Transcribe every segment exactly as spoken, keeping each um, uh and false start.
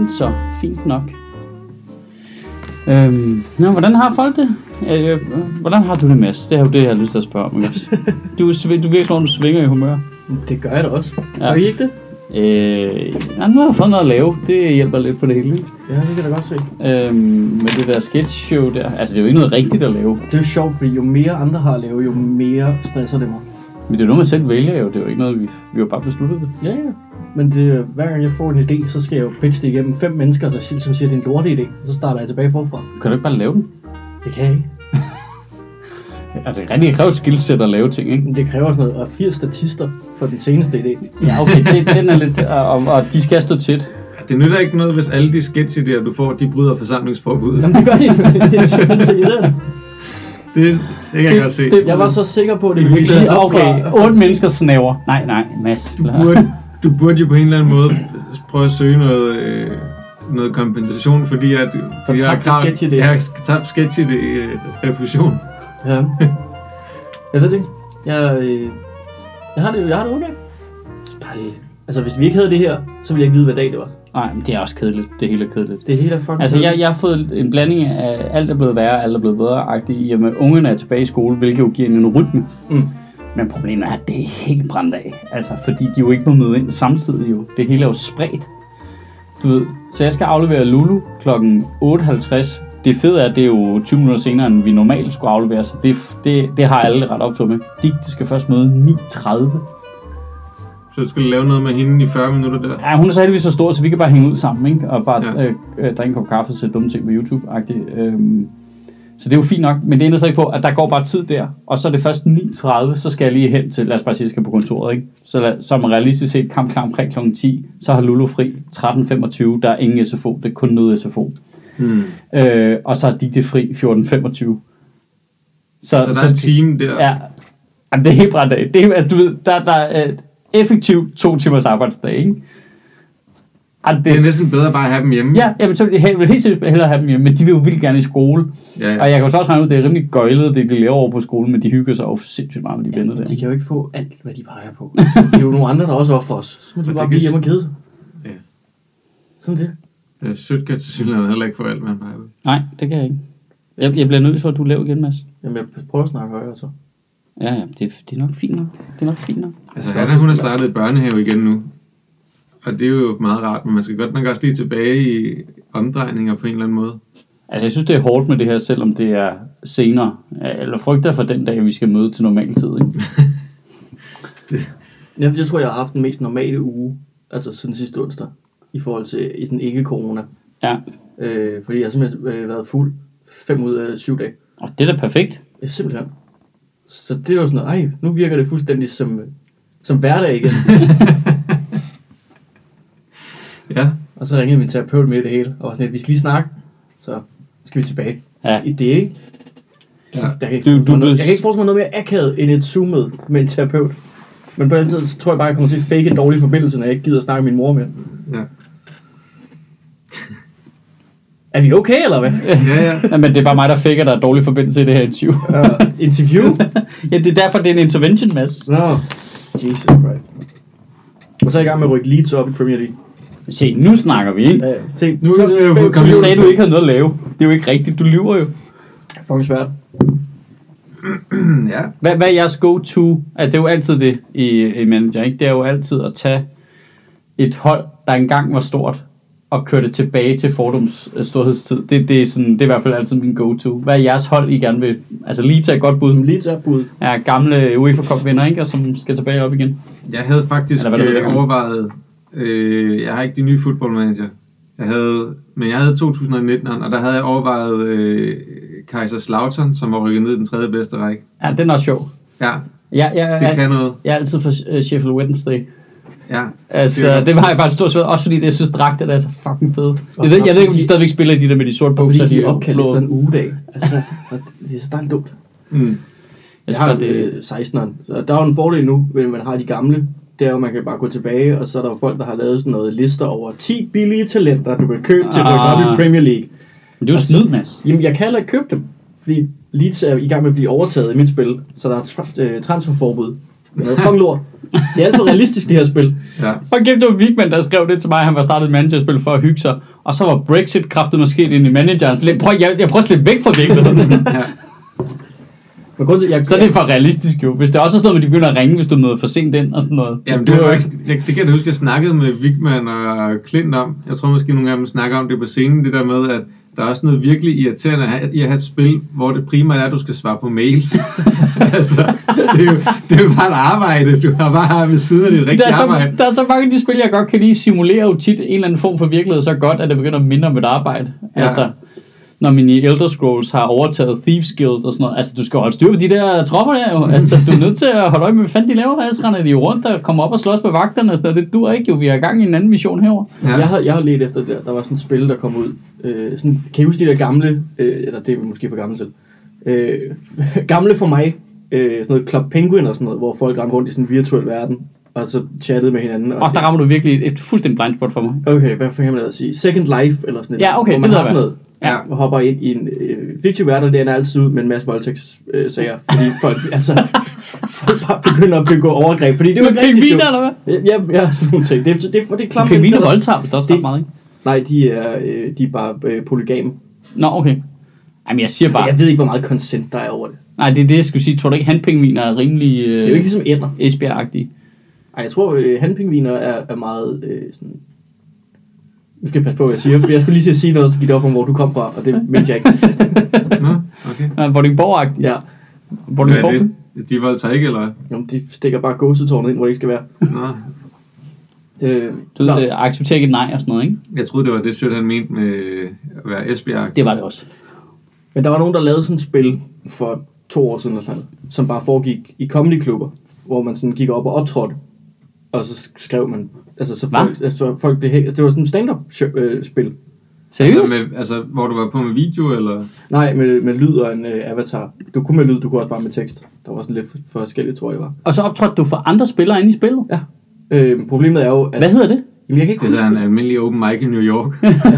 Fint så. Fint nok. Øhm, nå, hvordan har folk det? Øh, hvordan har du det, Mads? Det er jo det, jeg har lyst til at spørge om. Du, du virkelig, når du svinger i humør. Det gør jeg da også. Ja. Gør I ikke det? Øh, ja, nu har jeg fået noget at lave. Det hjælper lidt på det hele. Ja, det kan jeg da godt se. Øhm, med det der sketch show der. Altså, det er jo ikke noget rigtigt at lave. Det er jo sjovt, fordi jo mere andre har at lave, jo mere stresser det mig. Men det er jo noget, man selv vælger jo. Det er jo ikke noget, vi, vi har bare besluttet det. Ja, ja. Men det, hver gang jeg får en idé, så skal jeg jo pitche det igennem fem mennesker, der som siger, det er en lorte idé. Så starter jeg tilbage forfra. Kan du ikke bare lave den? Det kan jeg ikke. Altså, det er rigtig kræver skillset at lave ting, ikke? Men det kræver også noget. Og fire statister for den seneste idé. Ja, okay. Det, den er lidt... Og, og de skal stå tæt. Det nytter ikke noget, hvis alle de sketch-idéer, du får, de bryder forsamlingsforbuddet. Jamen, det gør de. Det er simpelthen irriterende. Det, det kan jeg godt se. Det, jeg var så sikker på, at det ville sige, okay, otte mennesker snæver. Nej, nej, Mads. Du burde, du burde jo på en eller anden måde prøve at søge noget, øh, noget kompensation, fordi at de har krav, jeg har tabt sketch i det øh, refusion. Ja. Jeg ved det ikke. Jeg, øh, jeg har det, jeg har det okay. Bare det. Altså, hvis vi ikke havde det her, så ville jeg ikke vide, hvad dag det var. Nej, men det er også kedeligt. Det hele er kedeligt. Det hele er fucking Altså, jeg, jeg har fået en blanding af alt er blevet værre, alt er blevet bedre-agtigt, i og med ungerne er tilbage i skole, hvilket jo giver en rytme. Mm. Men problemet er, at det er helt brændt af. Altså, fordi de jo ikke må møde ind samtidig jo. Det hele er jo spredt. Du ved, så jeg skal aflevere Lulu klokken otte halvtreds. Det fede er, at det er jo tyve minutter senere, end vi normalt skulle aflevere, så det, det, det har alle ret optur med. De, de skal først møde ni tredive. Så du skulle lave noget med hende i fyrre minutter der? Ja, hun er så heldigvis så stor, så vi kan bare hænge ud sammen, ikke? Og bare ja. øh, øh, drikke en kop kaffe og se dumme ting på YouTube-agtigt. Øhm, så det er jo fint nok, men det ændrer sig ikke på, at der går bare tid der, og så er det først ni tredive, så skal jeg lige hen til, lad os bare sige, jeg skal på kontoret, ikke? Så, lad, så er man realistisk set kamp klar omkring klokken ti, så har Lulu fri tretten femogtyve, der er ingen S F O, det er kun noget S F O. Hmm. Øh, og så har de det fri fjorten femogtyve. Så, så der er en time der? Ja, jamen, det er helt brændt af. Det er, at du ved, der, der er effektivt to timers arbejdsdag, ikke? Det, det er næsten bedre bare at have dem hjemme. Ja, jamen, så vil jeg helt sikkert hellere have dem hjemme, men de vil jo vildt gerne i skole. Ja, ja. Og jeg kan jo så også regne ud, det er rimelig gøjlet, det de laver over på skolen, men de hygger sig jo sindssygt meget med de venner der. De kan jo ikke få alt, hvad de peger på. Altså, det er jo nogle andre, der også offrer os. Så må de bare blive hjemme og kede sig. Ja. Sådan det. Ja, sødt kan til synligheden heller ikke få alt, hvad han peger på. Nej, det kan jeg ikke. Jeg, jeg bliver nødt for, at du laver igen, Mads. Jamen, jeg prøver at snakke højere så. Ja, ja, det, det er nok fint nok. Det er nok fint nok. Altså, Hanna, hun har startet børnehave igen nu. Og det er jo meget rart, men man skal godt nok også lige tilbage i omdrejninger på en eller anden måde. Altså, jeg synes, det er hårdt med det her, selvom det er senere. Eller frygter for den dag, vi skal møde til normal tid, ikke? jeg, jeg tror, jeg har haft den mest normale uge, altså siden sidste onsdag, i forhold til i den ikke-corona. Ja. Øh, fordi jeg har simpelthen øh, været fuld fem ud af syv dage. Og det er da perfekt. Ja, simpelthen. Så det er jo sådan noget, ej, nu virker det fuldstændig som, som hverdag igen. Ja. Og så ringede min terapeut med det hele, og var sådan, at vi skal lige snakke, så skal vi tilbage. Ja. I det, ikke? Ja. Jeg, kan ikke du, du, noget, jeg kan ikke forestille mig noget mere akavet end et Zoom-møde med en terapeut. Men på den tid, så tror jeg bare, jeg kommer til at fake en dårlig forbindelse, når jeg ikke gider at snakke med min mor mere. Ja. Er vi okay, eller hvad? Ja, ja. ja. Men det er bare mig, der faker, der er dårlig forbindelse i det her interview. uh, interview? Ja, det er derfor, det er en intervention, Mads. Nå, no. Jesus Christ. Og så er jeg i gang med at rykke Leeds op i Premier League. Se, nu snakker vi, ikke? Ja, se, nu, så, jo, du, du sagde, du ikke havde noget at lave. Det er jo ikke rigtigt, du lyver jo. Det er fucking svært. Ja. Hvad, hvad er jeres go-to? Altså, det er jo altid det i, i manager, ikke? Det er jo altid at tage et hold, der engang var stort, og køre det tilbage til fordums storhedstid. Det, det, er sådan, det er i hvert fald altid min go-to. Hvad er jeres hold, I gerne vil? Altså, Leeds er et godt bud. Leeds er bud. Ja, gamle UEFA Cup-vinder, ikke? Og som skal tilbage op igen. Jeg havde faktisk Eller, hvad øh, overvejet... Øh, jeg har ikke de nye footballmanager. Jeg havde, men jeg havde to tusind nitten, og der havde jeg overvejet øh, Kaiserslautern, som var rykket ned i den tredje bedste række. Ja, den er sjov. Ja, ja, ja det jeg, kan noget. Jeg er altid for uh, Sheffield Wednesday. Ja. Altså, det, det var jeg bare et stort svært, også fordi jeg synes, dragter er så fucking fede. Jeg ved, jeg ved ikke, om de stadigvæk spiller i de der med de sorte bukser. Fordi de er opkaldt efter en ugedag. Altså, det er så dumt. Mm. Jeg, jeg har det seksteneren, så der er jo en fordel nu, hvis man har de gamle. Det er jo, man kan bare gå tilbage, og så er der jo folk, der har lavet sådan noget lister over ti billige talenter, du kan købe til at rykke op i Premier League. Men det er jo snyd, Mads. Jamen, jeg kan heller ikke købe dem, fordi Leeds er i gang med at blive overtaget i mit spil, så der er tra- transferforbud Det er fucking lort. Det er alt for realistisk, det her spil. Ja. Og kæft, det var Wigman, der skrev det til mig, han var startet et managerspil for at hygge sig, og så var Brexit kraftet måske ind i manageren, så prøv, jeg, jeg prøver at slippe væk fra virkeligheden. Ja. Men grund til, jeg, Så er det for realistisk jo. Hvis det også er sådan noget, at de begynder at ringe, hvis du møder for sent ind og sådan noget. Jamen, det, var faktisk, jeg, det kan jeg huske, jeg snakkede med Wigman og Klint om. Jeg tror måske nogle af dem snakker om det på scenen, det der med, at der er også noget virkelig irriterende i at have et spil, hvor det primært er, at du skal svare på mails. altså, det er, jo, det er jo bare et arbejde. Du har bare ved siden af dit rigtige der er så, arbejde. Der er så mange af de spil, jeg godt kan lide, simulerer jo tit en eller anden form for virkelighed så godt, at det begynder at minde om et arbejde. Ja. Altså, når man i Elder Scrolls har overtaget Thieves Guild og sådan noget. Altså, du skal holde styr på de der tropper der jo. Altså, du er nødt til at holde øje med, hvad fanden de laver. Altså, render de rundt og kommer op og slås med vagterne og sådan noget. Det dur ikke jo. Vi er i gang i en anden mission herovre. Ja. Altså, jeg, har, jeg har let efter det der. Der var sådan et spil, der kom ud. Øh, sådan, kan I huske de der gamle, øh, eller det er måske for gammel selv, øh, gamle for mig, øh, sådan noget Club Penguin og sådan noget, hvor folk rendte rundt i sådan en virtuel verden, og så chattede med hinanden. Og, og der rammer du virkelig et, et fuldstændig blind spot for mig. Okay, hvad kan man da sige? Second Life eller sådan noget. Ja, okay, hvor man det har ved sådan jeg. noget. Ja. Og hopper ind i en øh, fiktiv verden, og det ender altid ud med en masse voldtægtssager, øh, fordi folk, altså, folk bare begynder at begå overgreb, fordi det er jo ikke rigtigt. Pingviner, eller hvad? Ja, ja, sådan nogle ting. Det, det, det, det er klamt. Pingviner voldtager, hvis der også ret meget, ikke? Nej, de er, øh, de er bare øh, polygame. Nå, okay. Jamen, jeg siger bare... Jeg ved ikke, hvor meget consent der er over det. Nej, det er det, jeg skulle sige. Tror du ikke, handpingviner er rimelig... Øh, det er jo ikke ligesom ænder. Esbjerg-agtige? Nej, jeg tror, øh, handpingviner er, er meget øh, sådan... Nu skal jeg passe på, hvad jeg siger, for jeg skulle lige til at sige noget, så giv det op om, hvor du kom fra, og det mente jeg ikke. Nå, okay. Ja, Vordingborg-agtige? Ja. Vordingborg? Hvad er det? De voldtager ikke, eller hvad? Jamen, de stikker bare gåsetårnet ind, hvor det ikke skal være. Nå. Øh, Du ved, det accepterer ikke et nej og sådan noget, ikke? Jeg troede, det var det sødt, han mente med at være Esbjerg. Det var det også. Men der var nogen, der lavede sådan et spil for to år siden, eller sådan, som bare foregik i comedyklubber, hvor man sådan gik op og optrådte, og så skrev man, altså så folk, altså, folk blev hæ- altså, det var sådan et stand-up-spil. Seriøst? Altså, med, altså, hvor du var på med video, eller? Nej, med, med lyd og en uh, avatar. Du kunne med lyd, du kunne også bare med tekst. Der var sådan lidt for, for forskelligt, tror jeg det var. Og så optrådte du for andre spillere inde i spillet? Ja. Øh, problemet er jo, at... Hvad hedder det? Jamen, jeg kan ikke Det huske... er en almindelig open mic i New York.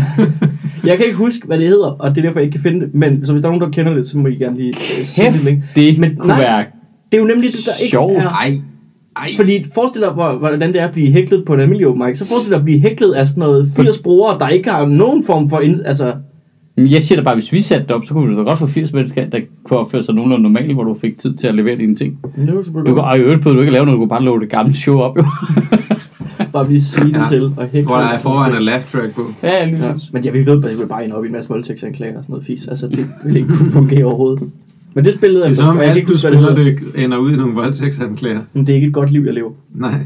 Jeg kan ikke huske, hvad det hedder, og det er derfor, jeg ikke kan finde det. Men så hvis der er nogen, der kender det, så må I gerne lige uh, sige Kæft, det. det Men kunne nej, være det er jo nemlig det, der ikke sjovt. er... Ej, ej. Fordi forestil dig, hvor- hvordan det er at blive hæklet på en almindelig open mic. Så forestil dig at blive hæklet af sådan noget firs brugere, der ikke har nogen form for... Ind, altså, Men jeg siger da bare, hvis vi satte det op, så kunne vi da godt få firs mennesker, der kunne opføre sig nogenlunde normalt, hvor du fik tid til at levere dine ting. det var Du kan, og i øvrigt på, du ikke lave noget, du kunne bare lave det gamle show op, jo. bare blive svinet Ja. til og hæklet. Hvor der er foran en laugh track på. Ja, lige Ja, præcis. men jeg ved, at jeg vil bare ind op i en masse voldtægtsanklager og sådan noget fis. Altså, det vil ikke kunne fungere overhovedet. Men det spillede Det jeg er som om og jeg kan alt ikke du huske, hvad det spiller, hedder. det ender ud i nogle voldtægtsanklager. Men det er ikke et godt liv, jeg lever. Nej.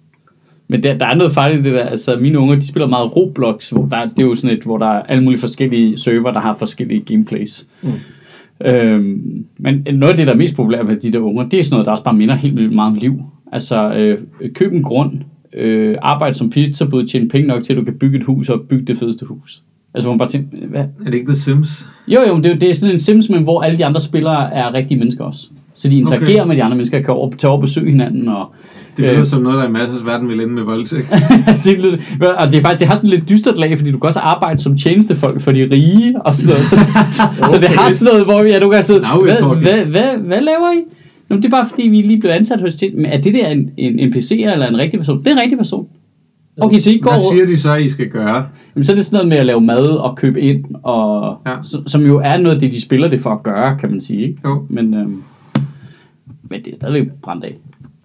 Men der, der er noget farligt i det der, altså mine unger, de spiller meget Roblox, hvor der, det er jo sådan et, hvor der er alle mulige forskellige server, der har forskellige gameplays. Mm. Øhm, men noget af det, der er mest populært ved de der unger, det er sådan noget, der også bare minder helt vildt meget om liv. Altså øh, køb en grund, øh, arbejde som pizzabud, tjene penge nok til, at du kan bygge et hus og bygge det fedeste hus. Altså hvor man bare tænker, hvad? Er det ikke The Sims? Jo jo, det, er jo- det er sådan en Sims, men hvor alle de andre spillere er rigtige mennesker også. Så de interagerer Okay. med de andre mennesker, kan over, tage over og besøge hinanden og... Det lyder Øh. som noget, der i masses verden vil ende med voldtægt. det er lidt, og det er faktisk, det har sådan lidt dystert lag, fordi du kan også arbejde som tjenestefolk for de rige og sådan noget. Så, så, okay. så det har sådan noget, hvor ja, du kan sidde, Now we're hvad, talking. hvad, hvad, hvad laver I? Nå, det er bare fordi, vi lige blev ansat hos tjeneste. Men er det der en, en N P C'er eller en rigtig person? Det er en rigtig person. Okay, så I går... Hvad siger de så, I skal gøre? Jamen, så er det sådan noget med at lave mad og købe ind, og, Ja. som, som jo er noget af det, de spiller det for at gøre, kan man sige. Ikke? Jo. Men, øhm, men det er stadigvæk brændt af.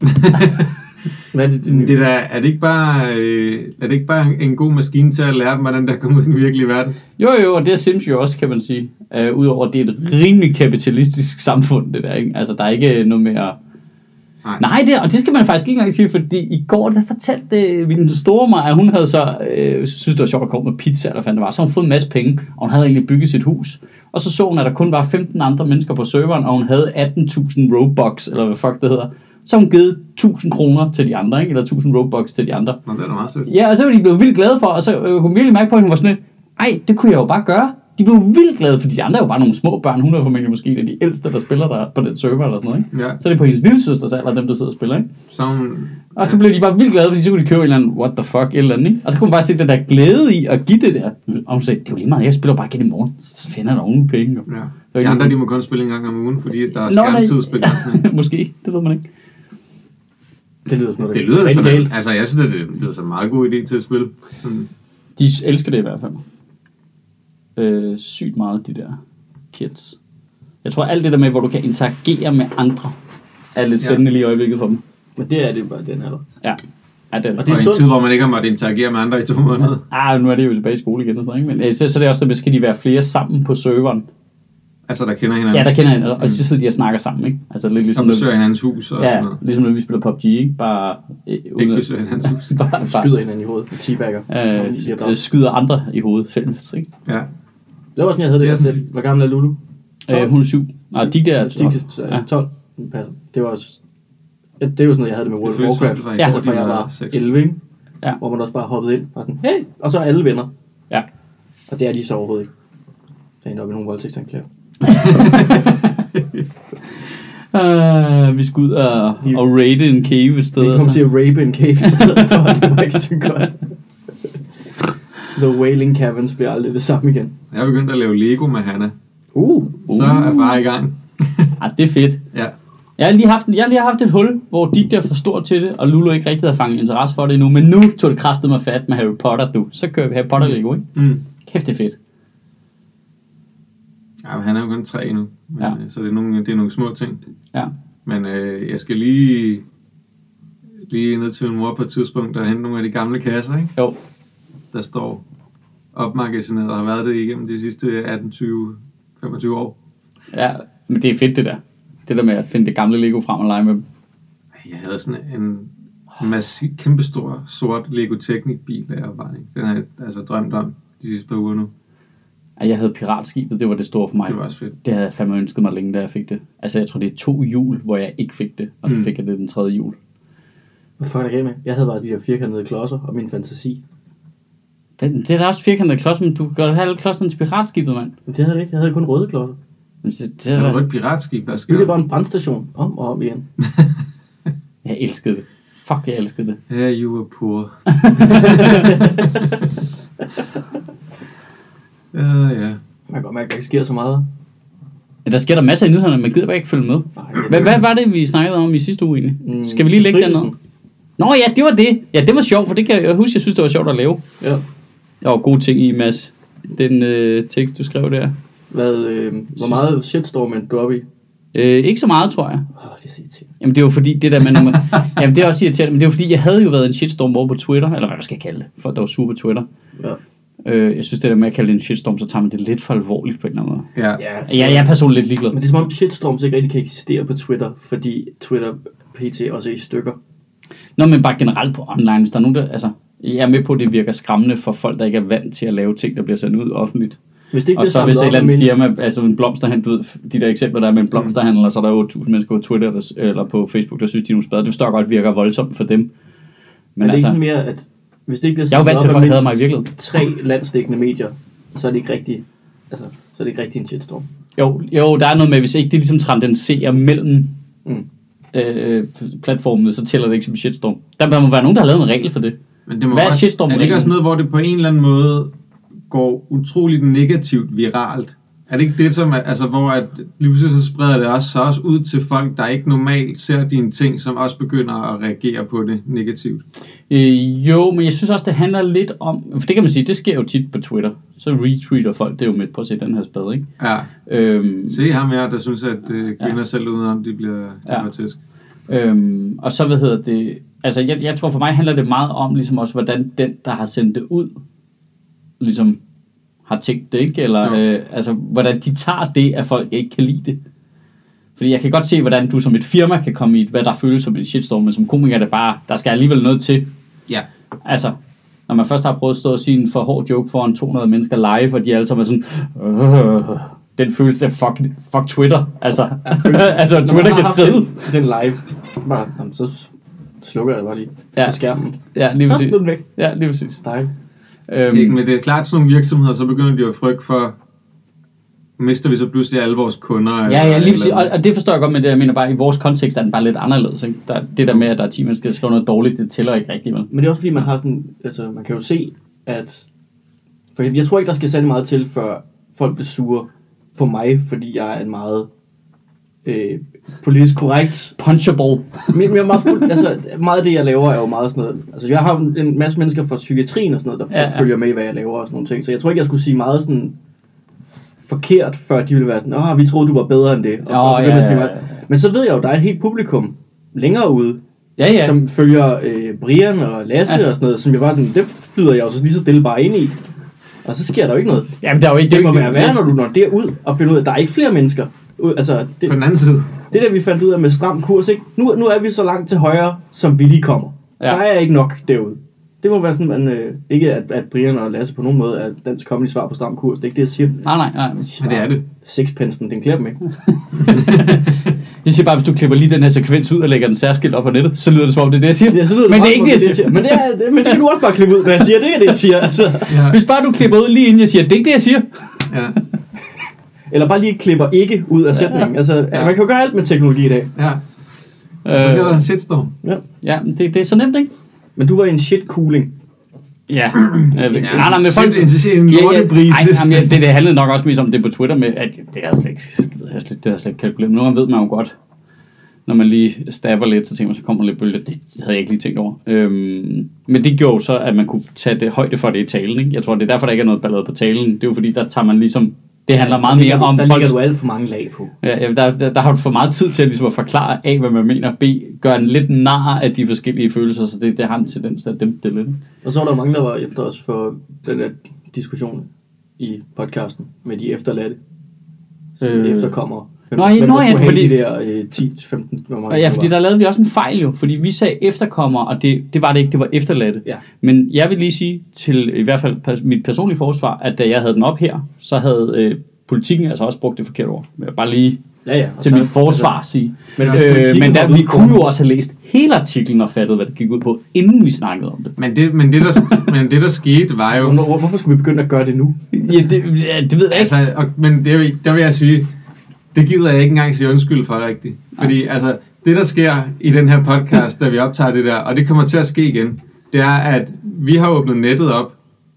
Hvad er det, det nye? Det der, er, det ikke bare, øh, er det ikke bare en god maskine til at lære dem, hvordan der kommer ud i den virkelige verden? Jo, jo, og det er Sims jo også, kan man sige. Uh, Udover, at det er et rimelig kapitalistisk samfund, det der, ikke? Altså, der er ikke noget med at... Nej. Nej, det, og det skal man faktisk ikke engang sige, fordi i går, der fortalte øh, min store mig, at hun havde så, øh, synes det var sjovt at komme med pizza, eller hvad det var, så hun fået en masse penge, og hun havde egentlig bygget sit hus. Og så så hun, at der kun var femten andre mennesker på serveren, og hun havde atten tusind Robux, eller hvad fuck det hedder. Så hun givet tusind kroner til de andre, ikke? Eller tusind Robux til de andre. Nå, det er da meget sødt. Ja, og så var de blevet vildt glade for, og så øh, hun virkelig mærke på, at hun var sådan lidt, ej, det kunne jeg jo bare gøre. De blev vildt glade, fordi de andre er jo bare nogle små børn. Hun er formentlig måske en af de ældste, der spiller der på den server eller sådan noget, ikke? Ja, Så er det på hendes lille søsters alder, dem der sidder og spiller, ikke? så hun, Og så blev de bare vildt glade, fordi så kunne de købe en eller anden, what the fuck, et eller andet, ikke? Og så kunne man bare se den der glæde i at give det der. Og hun sagde, det er jo lige meget, jeg spiller bare igen i morgen, så finder jeg nogle penge, jo. ja. De andre, de må kun spille en gang om ugen, fordi der er Nå, nej. skærmtidsbegrænsning. Måske, det ved man ikke. Det lyder sådan noget, Det lyder rigtig som, galt. altså jeg synes, det lyder som en meget god idé til at spille. Sådan. De elsker det i hvert fald. Øh, sygt meget, de der kids. Jeg tror, alt det der med, hvor du kan interagere med andre, er lidt spændende ja. lige i øjeblikket for dem. Men det er det bare den alder. Ja. Ja, det er det. Og det er og en tid, hvor man ikke har måttet interagere med andre i to måneder. Ah, nu er det jo tilbage i skole igen og sådan noget, ikke? Men så, så er det også, at skal de være flere sammen på serveren. Altså, der kender hinanden. Ja, der kender hinanden, og så sidder de og snakker sammen, ikke? Altså lidt ligesom... Og besøger hinandens hus og ja, sådan noget. ligesom når vi spiller P U B G, ikke? Bare... Øh, ikke besøger hinandens hus. bare, bare, skyder hinanden i hovedet med teabagger. Øh, skyder andre i hovedet fælles, ikke? Ja. Det var også sådan, jeg havde det. Altså, hvor gammel er Lulu? Øh, hun er syv. Og de der er tolv. Ja. tolv. Det var også... Ja, det er jo sådan noget, jeg havde det med World of Warcraft. Ja. Altså fra jeg var elleve, ikke? Ja. Hvor man også bare hoppede ind og sådan, hey! Og så er alle venner. Ja. Og det er de så overhovedet ikke. Der er endda op i nogle voldtægtsanklager. uh, vi skal ud og, og raide en cave et sted. Vi kom til at rape en cave i stedet for, det var ikke så godt. The Wailing Caverns bliver aldrig det samme igen. Jeg er begyndt at lave Lego med Hanna. Uh, uh. Så er far i gang. Ah, det er fedt. Ja. Jeg har, lige haft, jeg har lige haft et hul, hvor de der er for stor til det, og Lulu ikke rigtig havde fanget interesse for det endnu, men nu tog det kraftigt mig fat med Harry Potter, du. Så kører vi Harry Potter Lego, ikke? Mm. Kæft, det er fedt. Ja, han er jo kun tre nu, men, ja. Så det er, nogle, det er nogle små ting. Ja. Men øh, jeg skal lige, lige ned til min mor på et tidspunkt og hente nogle af de gamle kasser, ikke? Jo. Der står opmagasineret og har været det igennem de sidste atten, tyve, femogtyve år. Ja, men det er fedt det der. Det der med at finde det gamle Lego frem og lege med dem. Jeg havde sådan en massiv, kæmpestor, sort Lego Technic-bil, der jeg var. Den har jeg altså drømt om de sidste par uger nu. Jeg havde piratskibet, det var det store for mig. Det var også fedt. Det havde jeg fandme ønsket mig længe, da jeg fik det. Altså, jeg tror, det er to jul, hvor jeg ikke fik det, og så fik jeg det den tredje jul. Hvad fuck er der med? Jeg havde bare de der firkantede klodser og min fantasi. Det, det er da også firkantede klodser, men du gør have alle klodserne til piratskibet, mand. Men det havde jeg ikke. Jeg havde kun røde klodser. Det, det, det er et rødt piratskib, der skal. Det er bare en brandstation, om og om igen. Jeg elskede det. Fuck, jeg elskede det. Ja, you were poor. Ja, uh, ja. Man kan godt mærke, at der ikke sker så meget. Ja, der sker der masser i nyhederne, man gider bare ikke følge med. Hvad, hvad var det, vi snakkede om i sidste uge egentlig? Mm, Skal vi lige lægge den ned? Nå ja, det var det. Ja, det var sjovt, for det kan jeg huske, jeg synes, det var sjovt at lave. Ja. Der var gode ting i, Mads. Den øh, tekst, du skrev der. Hvad, øh, hvor meget shitstorm endte du op i? Øh, ikke så meget, tror jeg. Åh, oh, det er så irriterende. Jamen, det var fordi, det der med... Når man, jamen, det er også irriterende, men det var fordi, jeg havde jo været en shitstorm over på Twitter, eller hvad man skal kalde det, for der var sur på Twitter. Ja. Øh, jeg synes, det der med at kalde det en shitstorm, så tager man det lidt for alvorligt på en eller anden måde. Ja. Ja, jeg, jeg er personligt lidt ligeglad. Men det er som om shitstorms ikke rigtig kan eksistere på Twitter, fordi Twitter pt. Også er i stykker. Nå, men bare generelt på online, hvis der er nogen, der... Altså, jeg er med på, at det virker skræmmende for folk, der ikke er vant til at lave ting, der bliver sendt ud offentligt. Hvis det ikke og så hvis et eller andet firma, altså en blomsterhandel, du ved, de der eksempler, der er med en blomsterhandel, og så er der otte tusind mennesker på Twitter der, eller på Facebook, der synes, de er nogle spader. Det forstår godt virker voldsomt for dem. Men, men det er altså, ikke sådan mere, at hvis det ikke bliver jeg er jo vant til, at folk hader mig i virkeligheden. Tre landsdækkende medier, så er det ikke rigtig, altså, så er det ikke rigtig en shitstorm. Jo, jo, der er noget med, hvis ikke det ligesom transcenderer mellem mm. øh, platformene, så tæller det ikke som shitstorm. Der må være nogen, der har lavet en regel for det. Men det må Hvad er også, shitstorm? Er det ikke også noget, hvor det på en eller anden måde går utroligt negativt viralt? Er det ikke det, som er, altså, hvor at lige pludselig så spreder det også, så også ud til folk, der ikke normalt ser dine ting, som også begynder at reagere på det negativt? Øh, jo, men jeg synes også, det handler lidt om, for det kan man sige, det sker jo tit på Twitter, så retweeter folk, det er jo midt på at se den her spade, ikke? Ja. Øhm, se ham her, der synes, at øh, kvinder ja. selv udenom, de bliver dramatisk. Ja. Øhm, og så, hvad hedder det, altså jeg, jeg tror for mig handler det meget om, ligesom også, hvordan den, der har sendt det ud, ligesom har tænkt det, ikke? Eller øh, altså, hvordan de tager det, at folk ikke kan lide det. Fordi jeg kan godt se, hvordan du som et firma kan komme i, hvad der føles som en shitstorm, men som komiker er det bare, der skal alligevel noget til. Ja. Altså, når man først har prøvet at stå og sige en for hård joke foran to hundrede mennesker live, og de alle sammen er sådan, øh, den følelse af fuck, fuck Twitter. Altså, altså Twitter kan skride. Den live, bare, jamen, så slukker jeg det bare lige ja. til skærmen. Ja, lige præcis. Ja, den væk. Ja, lige præcis. Dejligt. Øhm, det, men det er klart, at sådan nogle virksomheder, så begynder de jo at frygte for, mister vi så pludselig alle vores kunder? Ja, ja, lige præcis. Og, og det forstår jeg godt, men det, jeg mener bare, i vores kontekst er den bare lidt anderledes. Ikke? Der, det der med, at der er ti mennesker, der skriver noget dårligt, det tæller ikke rigtigt. Vel? Men det er også fordi, man har sådan, altså man kan jo se, at, for jeg, jeg tror ikke, der skal særlig meget til, før folk bliver sure på mig, fordi jeg er en meget øh, politisk korrekt. Punchable. Men, men meget, altså, meget af det, jeg laver, er jo meget sådan noget. Altså, jeg har en masse mennesker fra psykiatrien og sådan noget, der ja, ja. følger med, hvad jeg laver og sådan nogle ting. Så jeg tror ikke, jeg skulle sige meget sådan forkert, før de ville være sådan, åh, vi troede, du var bedre end det. Og, oh, og ja, ja, ja. Men så ved jeg jo, der er et helt publikum længere ude, ja, ja. som følger øh, Brian og Lasse ja. og sådan noget, som jeg bare sådan, det flyder jeg jo så lige så stille bare ind i. Og så sker der jo ikke noget. Jamen, der er jo ikke, det må være værre, når du når derud og finder ud af, at der er ikke flere mennesker. Altså, det, på den anden side. Det der, vi fandt ud af med stram kurs, ikke? Nu, nu er vi så langt til højre, som vi lige kommer. Ja. Der er ikke nok derude. Det må være sådan, man, øh, ikke at, at Brian og Lasse på nogen måde er dansk comedy svar på stram kurs. Det er ikke det, jeg siger. Nej, nej, nej. Men det er det. Sixpensen, den klæder dem ikke. Jeg siger bare, hvis du klipper lige den her sekvens ud og lægger den særskilt op på nettet, så lyder det som om det er det, jeg siger. Ja, så lyder det men det er meget, ikke det, jeg siger. siger. Men det, er, men det kan du også bare klippe ud, når jeg siger. Det er det, jeg siger. Altså. Ja. Hvis bare du klipper ud lige inden jeg siger, det er ikke det, jeg siger. Ja. Eller bare lige klipper ikke ud af sætningen. Altså, ja. Man kan jo gøre alt med teknologi i dag. Ja. Så bliver der en shitstorm. Ja, ja det, det er så nemt, ikke? Men du var i en shit-cooling. Ja. nej, nej, men folk... En lortebrise. Ja, ja, det, det handlede nok også mest om det på Twitter med, at det er slet ikke, det er slet, det er slet ikke kalkuleret. Nogle gange ved man jo godt, når man lige stabber lidt, så tænker man, så kommer lidt bølger. Det, det havde jeg ikke lige tænkt over. Øhm, men det gjorde så, at man kunne tage det højde for det i talen, ikke? Jeg tror, det er derfor, der ikke er noget ballade på talen. Det er jo fordi, der tager man ligesom... Det handler meget mere om... Der ligger du alt for mange lag på. Ja, ja der, der, der har du for meget tid til at, ligesom at forklare A, hvad man mener, B, gøre en lidt nar af de forskellige følelser, så det, det har en tendens til at dæmpe det lidt. Og så var der mange, der var efter os for den der diskussion i podcasten med de efterladte, øh, efterkommere. Hvem, nå, hvem nå, ja, fordi, de der øh, ti femten... Ja, fordi der lavede vi også en fejl jo, fordi vi sagde efterkommere, og det, det var det ikke, det var efterladte. Ja. Men jeg vil lige sige til i hvert fald pers- mit personlige forsvar, at da jeg havde den op her, så havde øh, politikken altså også brugt det forkerte ord. Jeg bare lige ja, ja, til så, mit forsvar altså, sige. Men, øh, men der, vi kunne jo også have læst hele artiklen og fattet, hvad det gik ud på, inden vi snakkede om det. Men det, men det, der, men det der skete, var jo... Hvor, hvorfor skulle vi begynde at gøre det nu? ja, det, ja, det ved jeg ikke. Altså, og, men det, der vil jeg sige... Det gider jeg ikke engang sige undskyld for rigtigt. Fordi ja. altså, det der sker i den her podcast, da vi optager det der, og det kommer til at ske igen, det er, at vi har åbnet nettet op,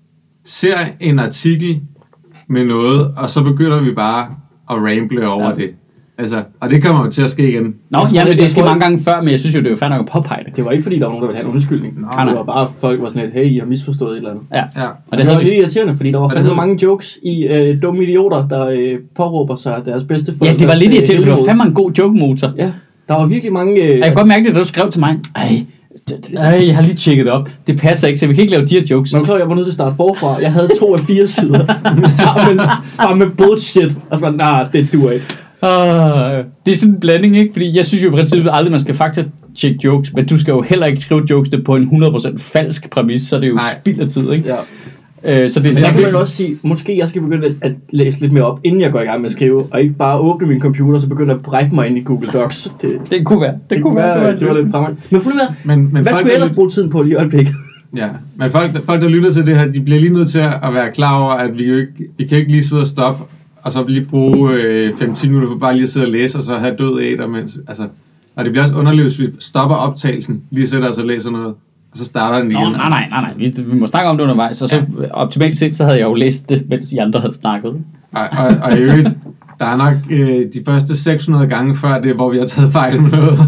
ser en artikel med noget, og så begynder vi bare at ramble over ja. det. Altså, og det kommer jo til at ske igen. Nå, ja, men det skete mange gange før, men jeg synes jo, det er jo fair nok at påpege det. Det var ikke fordi, der var nogen, der ville have en undskyldning. Nå, det var bare, folk var sådan lidt, hey, I har misforstået et eller andet. Ja. ja. Og det, det var lidt irriterende, fordi der var fandme mange jokes i øh, dumme idioter, der øh, påråber sig deres bedste forældre. Ja, det var lidt irriterende, for det var fandme en god joke-motor. Ja, der var virkelig mange... Øh, jeg kan godt mærke det, da du skrev til mig. Ej, Ej, jeg har lige tjekket det op. Det passer ikke, så vi kan ikke lave de her jokes. Men jeg var nødt til at starte forfra. Jeg havde to af fire sider. bare, med, bare med bullshit. Og så var nej, det duer ikke. Uh, det er sådan en blanding, ikke? Fordi jeg synes jo i princippet aldrig, man skal faktisk tjekke jokes, men du skal jo heller ikke skrive jokes på en hundrede procent falsk præmis, så det er jo Nej. spild af tid, ikke? Ja. Uh, så det er men der kan man også sige, måske jeg skal begynde at, at læse lidt mere op, inden jeg går i gang med at skrive, og ikke bare åbne min computer, og så begynde at brække mig ind i Google Docs. Det, det kunne være. Det, det kunne være. være det var lidt fremad. Men prøv at men, men hvad skulle jeg ellers bruge tiden på lige i øjeblikket? Ja, men folk, folk, der lytter til det her, de bliver lige nødt til at være klar over, at vi, jo ikke, vi kan ikke lige sidde og stoppe, og så lige bruge øh, fem til minutter for bare lige at sidde og læse, og så have død æder, mens, altså, og det bliver også underligt, hvis vi stopper optagelsen, lige sætter os og læser noget, og så starter den igen. Nå, nej, nej, nej, nej, vi, vi må snakke om det undervejs, og så ja. optimalt set, så havde jeg jo læst det, mens I andre havde snakket. Og, og, og i øvrigt, der er nok øh, de første seks hundrede gange før det, hvor vi har taget fejl med noget.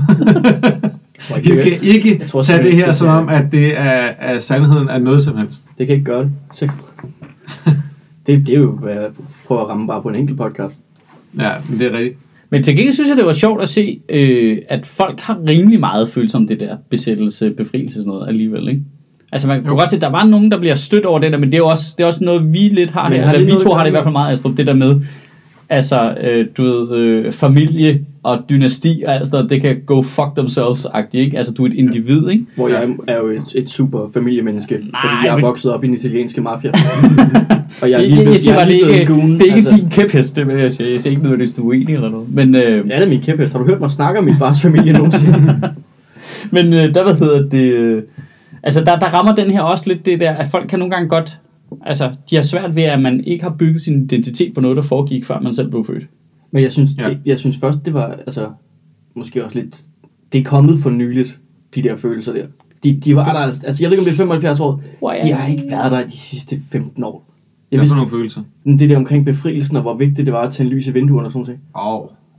I kan ikke jeg tror, tage det her det som om, at det er, er sandheden af noget som helst. Det kan ikke gøre det. Så. det, det er jo, hvad jeg prøver at ramme bare på en enkelt podcast. Ja, men det er rigtigt. Men til gengæld synes jeg, det var sjovt at se, øh, at folk har rimelig meget følelse om det der besættelse, befrielse og sådan noget alligevel, ikke? Altså man kan jo godt se, at der var nogen, der bliver stødt over det der, men det er jo også, det er også noget, vi lidt har her. Eller vi to har det i hvert fald meget, Astrup, det der med, altså, øh, du ved, øh, familie og dynasti og alt sådan noget, det kan go fuck themselves-agtigt, ikke? Altså, du er et individ, ikke? Hvor jeg er jo et, et super familiemenneske, Nej, fordi jeg er men... vokset op i den italienske mafia. Og jeg er lige blevet, jeg siger, jeg er lige blevet ikke, goon. Det er ikke altså... din kæphest, det vil jeg sige. Jeg siger ikke noget, hvis du er uenig eller noget. Men, øh... ja, det er min kæphest. Har du hørt mig snakke om min fars familie nogensinde? Men øh, der, hvad hedder det... Øh... Altså, der, der rammer den her også lidt det der, at folk kan nogle gange godt... Altså, de har svært ved, at man ikke har bygget sin identitet på noget, der foregik, før man selv blev født. Men jeg synes, ja. jeg, jeg synes først, det var, altså, måske også lidt, det er kommet for nyligt, de der følelser der. De, de var der, altså, jeg ved ikke, om det er femoghalvfjerds år, de har ikke været der de sidste femten år. Hvad for nogle følelser? Det der omkring befrielsen, og hvor vigtigt det var at tænde lys i vinduerne og sådan noget. Åh. Oh.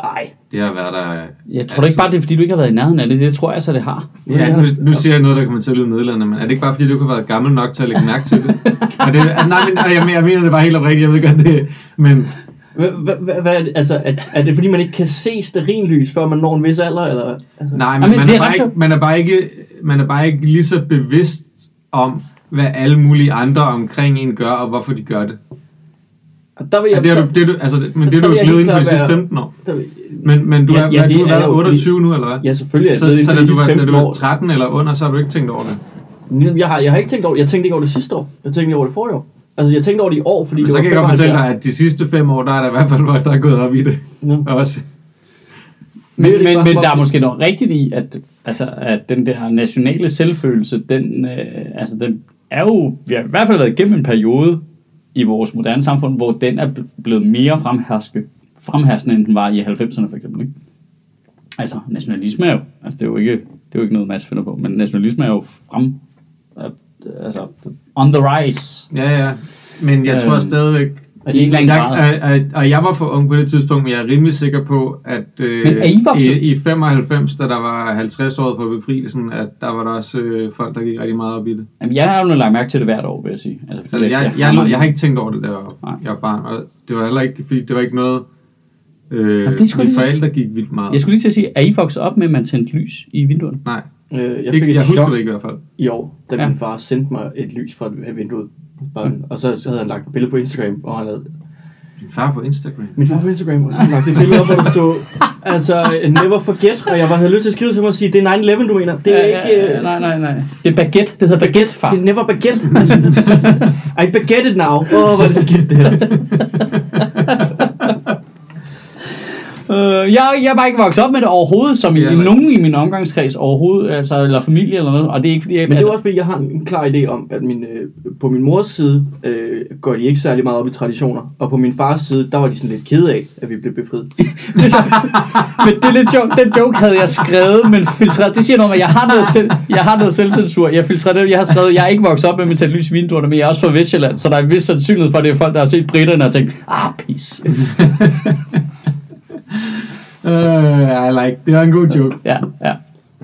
Ej. Det har været der... Jeg tror altså, ikke bare, det er, fordi du ikke har været i nærheden af det. Det tror jeg så, det har. Ja, nu, nu siger jeg noget, der kommer til at lyde nedladende, men er det ikke bare, fordi du ikke har været gammel nok til at lægge mærke til det? Og det nej, men, jeg, jeg mener det bare helt oprigtigt, jeg ved godt det, men... Hvad er det? Altså, er, er det fordi, man ikke kan se stearinlys, før man når en vis alder? Eller? Altså? Nej, men, man, er bare ikke, man, er bare ikke, man er bare ikke lige så bevidst om, hvad alle mulige andre omkring en gør, og hvorfor de gør det. Der vil jeg, ja, det er du, det er du, altså, men det er du blevet inden for de sidste femten år. Vil, men, men du, ja, er, ja, du har været otteogtyve nu, eller hvad? Ja, selvfølgelig. Så, så, så da du var, da du var tretten eller under, så har du ikke tænkt over det? Jeg har, jeg har ikke tænkt over Jeg tænkte ikke over det sidste år. Jeg tænkte over det forrige år. Altså, jeg tænkte over det i år, fordi men det så var kan jeg godt fortælle dig, at de sidste fem år, der er der i hvert fald folk, der er gået op i det. Ja. Også. Men, men, men der er måske noget rigtigt i, at, altså, at den der nationale selvfølelse, den, øh, altså, den er jo, vi har i hvert fald været igennem en periode i vores moderne samfund, hvor den er blevet mere fremherske, fremherskende, end den var i halvfemserne for eksempel. Ikke? Altså, nationalisme er jo, altså, det er jo ikke, det er jo ikke noget, Mads finder på, men nationalisme er jo frem, altså, on the rise. Ja, ja, men jeg tror øh, stadigvæk, at jeg, jeg, og jeg var for ung på det tidspunkt, men jeg er rimelig sikker på, at øh, i, i femoghalvfems, da der var halvtreds år for befrielsen, at der var der også øh, folk, der gik rigtig meget op i det. Jamen, jeg har jo lagt mærke til det hvert år, vil jeg sige. Altså, altså, jeg, jeg, jeg, jeg, jeg har ikke tænkt over det, da jeg, jeg var barn, og det var heller ikke, fordi det var ikke noget, øh, Jamen, mine forældre gik vildt meget. Jeg skulle lige til at sige, er I vokset op med, at man tændte lys i vinduerne? Nej, øh, jeg, ikke, jeg husker det ikke i hvert fald. I år, da ja. min far sendte mig et lys fra vinduet, mm. og så havde han lagt et billede på Instagram, og han havde Min far på Instagram? Min far på Instagram, og så lagt et billede op, hvor der stod, altså, never forget, og jeg var havde lyst til at skrive til mig og sige, det er nine eleven, du mener. Det er ja, ikke... Ja, ja, nej, nej, nej. Det er baguette, det hedder baguette, far. Det er never baguette. Altså, I baguette it now. Åh, oh, hvor er det skidt, det her. Uh, jeg, jeg er bare ikke vokset op med det overhovedet, som i, ja, i nogen i min omgangskreds overhovedet, altså, eller familie eller noget, og det er ikke fordi, jeg... Men det er altså, også fordi, jeg har en klar idé om, at min, øh, på min mors side øh, går de ikke særlig meget op i traditioner, og på min fars side, der var de sådan lidt kede af, at vi blev befriet. det men det er lidt sjovt, den joke havde jeg skrevet, men filtreret, det siger noget om, at jeg har noget, selv, jeg har noget selvcensur, jeg filtrerer det, jeg har skrevet, jeg er ikke vokset op med at tænde lys i vinduerne, men jeg er også fra Vestjylland, så der er en vis sandsynlighed for, at det er folk, der har set britterne og tænkt, ah, pis. Uh, I like, det var en god joke. Ja, ja.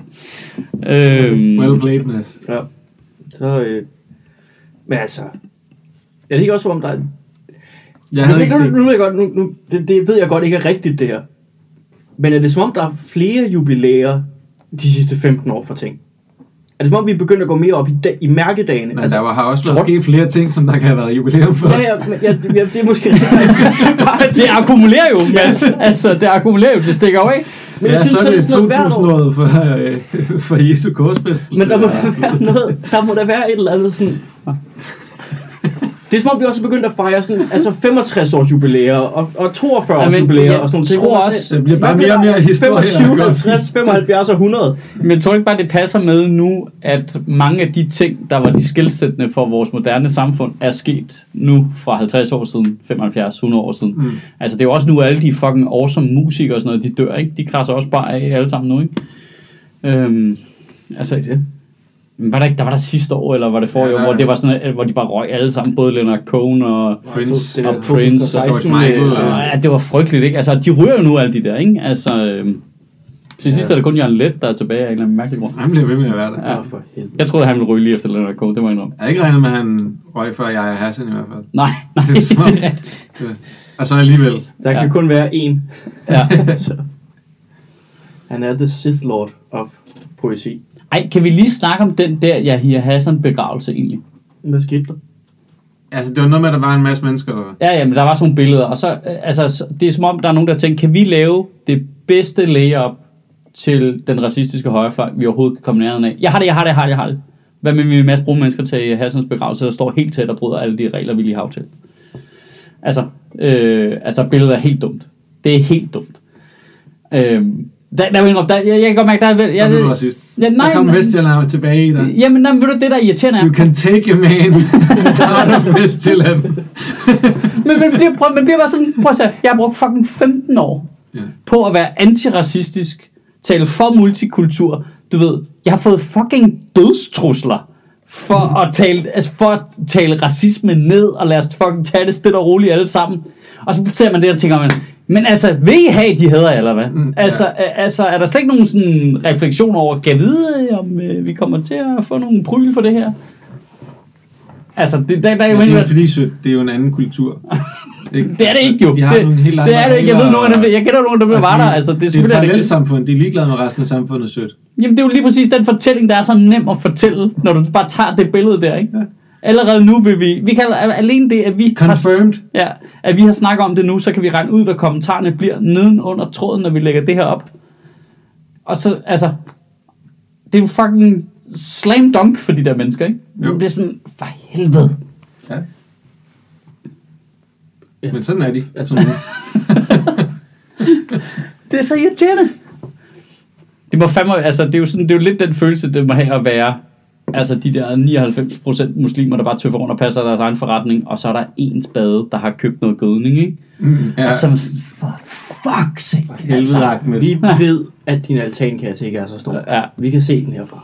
Øhm, well played, Mads. Ja. Så, øh, men altså, er det ikke også om der er... Jeg havde nu, ikke nu, set. Nu, nu, godt, nu, nu det, det ved jeg godt ikke er rigtigt, det her. Men er det som om, der er flere jubilæer de sidste femten år for ting? Er det som om, vi er begyndt at gå mere op i, da, i mærkedagene? Men altså, der har også været sket flere ting, som der kan have været jubilæum for. Ja, ja, men, ja, ja, det er måske... det akkumulerer jo, Mads. Altså, det akkumulerer jo, det stikker jo af. Men ja, synes, så er det to tusind-året for, øh, for Jesu korsfæstelse. Men der må, være noget, der må der være et eller andet sådan... Det er som om, vi også er begyndt at fejre sådan, altså femogtres års jubilæer og, og toogfyrre års ja, jubilæer og sådan noget. Jeg tror også, det bliver bare mere og mere historie. femogtyve, halvtreds, femoghalvfjerds og hundrede. Men jeg tror ikke bare, det passer med nu, at mange af de ting, der var de skelsættende for vores moderne samfund, er sket nu fra halvtreds år siden, femoghalvfjerds, hundrede år siden. Mm. Altså det er jo også nu, alle de fucking awesome musikere og sådan noget, de dør, ikke? De krasser også bare af alle sammen nu, ikke? Øhm, altså... det. Var der ikke, der var der sidste år, eller var det forrige ja, år, hvor det var sådan, hvor de bare røg alle sammen, både Leonard Cohen og Prince, og, og, Prince, og George Michael. Og, ja, det var frygteligt, ikke? Altså, de ryger jo nu alle de der, ikke? Altså, øhm, til sidst ja. er det kun Jørgen Leth, der er tilbage af en eller anden mærkelig grund. Han bliver ved med at være der. Ja, for helvede. Jeg troede, han ville ryge lige efter Leonard Cohen, det var en om. Jeg har ikke regnet med, at han røg før jeg er Hassan i hvert fald. Nej, nej, det er, det er det. Og så alligevel. Der kan ja. kun være én. Ja. Han er the Sith Lord of poesi. Ej, kan vi lige snakke om den der Yahya Hassan begravelse egentlig? Hvad skete der? Altså, det var noget med, at der var en masse mennesker, eller Ja, ja, men der var sådan nogle billeder, og så, altså, det er som om, der er nogen, der tænker, kan vi lave det bedste layup til den racistiske højrefløj, vi overhovedet kan komme nærheden af? Jeg har det, jeg har det, jeg har det, jeg har det. Hvad med vi masse brune mennesker til Hassans begravelse, der står helt tæt og bryder alle de regler, vi lige har aftalt? Altså, øh, altså, billedet er helt dumt. Det er helt dumt. Øh, Der, der, der, der, jeg, jeg kan godt mærke, der er... Jeg, jeg, du racist. Ja, nej, der kom Vestjylland tilbage i dig. Jamen, nej, ved du, det der irriterende er... You can take a man out of Vestjylland. men, men, bliver, prøv, men bliver bare sådan... Prøv at se, jeg har brugt fucking femten år yeah. på at være antiracistisk, tale for multikultur. Du ved, jeg har fået fucking dødstrusler for, mm. at tale, altså for at tale racisme ned, og lad os fucking tage det stille og roligt alle sammen. Og så ser man det og tænker man... Men altså, vil I have, de hedder, eller hvad? Mm, altså, ja. er, altså, er der slet ikke nogen sådan refleksion over, kan vide, om øh, vi kommer til at få nogle pryl for det her? Altså, det, der, der er jo... Det er fordi, sødt, det er jo en anden kultur. Ikke? Det er det ikke jo. De har det, nogle helt andre det er det ikke. Jeg ved nogle af dem, jeg kender nogle af dem, der var der. De, altså, det er, det er et det parallelsamfund. De er ligeglade med resten af samfundet, sødt. Jamen, det er jo lige præcis den fortælling, der er så nem at fortælle, når du bare tager det billede der, ikke? Ja. Allerede nu vil vi... Vi kan alene det, at vi... Confirmed. Har, ja, at vi har snakket om det nu, så kan vi regne ud, hvad kommentarerne bliver nedenunder tråden, når vi lægger det her op. Og så, altså... Det er jo fucking slam dunk for de der mennesker, ikke? Jo. Det er sådan, for helvede. Ja. Ja. Men sådan er de. Altså, det er så irriterende. Det må fandme, altså det er jo sådan, det er jo lidt den følelse, det må have at være, altså de der nioghalvfems procent muslimer, der bare tøffer rundt og passer deres egen forretning, og så er der en spade, der har købt noget gødning, ikke? Mm, ja. Og så for fuck's sake. Altså, vi ved, at din altankasse ikke er så stor. Ja. Vi kan se den herfra.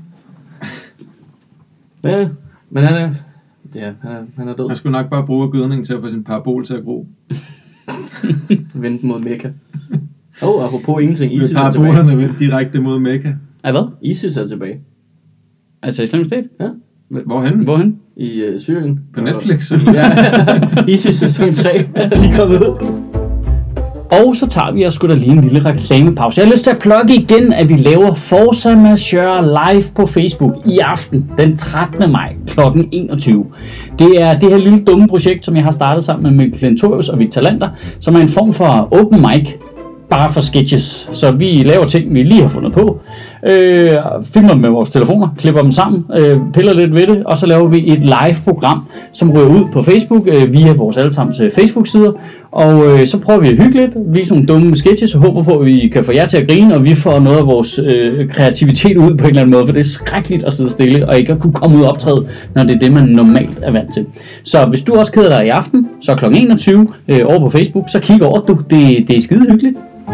Men, men han er... Ja, han er, han er død. Han skulle nok bare bruge gødningen til at få sin parabol til at gro. Vente mod Mekka. Åh, oh, apropos ingenting. ISIS er tilbage. Parabolerne vendte direkte mod Mekka. Ja, hvad? ISIS er tilbage. Altså Islamisk Stat? Ja. Hvorhen? Hvorhen? I uh, Syrien. På Netflix? Ja, ISIS sæson tre er lige kommet ud. Og så tager vi og sgu da lige en lille reklamepause. Jeg har lyst til at plukke igen, at vi laver Forza Majeure live på Facebook i aften, den trettende maj klokken enogtyve. Det er det her lille dumme projekt, som jeg har startet sammen med Mikkel Klentorius og Victor Lander, som er en form for open mic, bare for sketches. Så vi laver ting, vi lige har fundet på, øh, filmer dem med vores telefoner, klipper dem sammen, øh, piller lidt ved det, og så laver vi et live-program, som rører ud på Facebook øh, via vores allesammens øh, Facebook-sider. Og øh, så prøver vi at hygge lidt, vise nogle dumme sketches, og håber på, at vi kan få jer til at grine, og vi får noget af vores øh, kreativitet ud på en eller anden måde, for det er skrækkeligt at sidde stille, og ikke at kunne komme ud og optræde, når det er det, man normalt er vant til. Så hvis du også keder dig i aften, så klokken enogtyve øh, over på Facebook, så kig over, du, det, det er skide hyggeligt.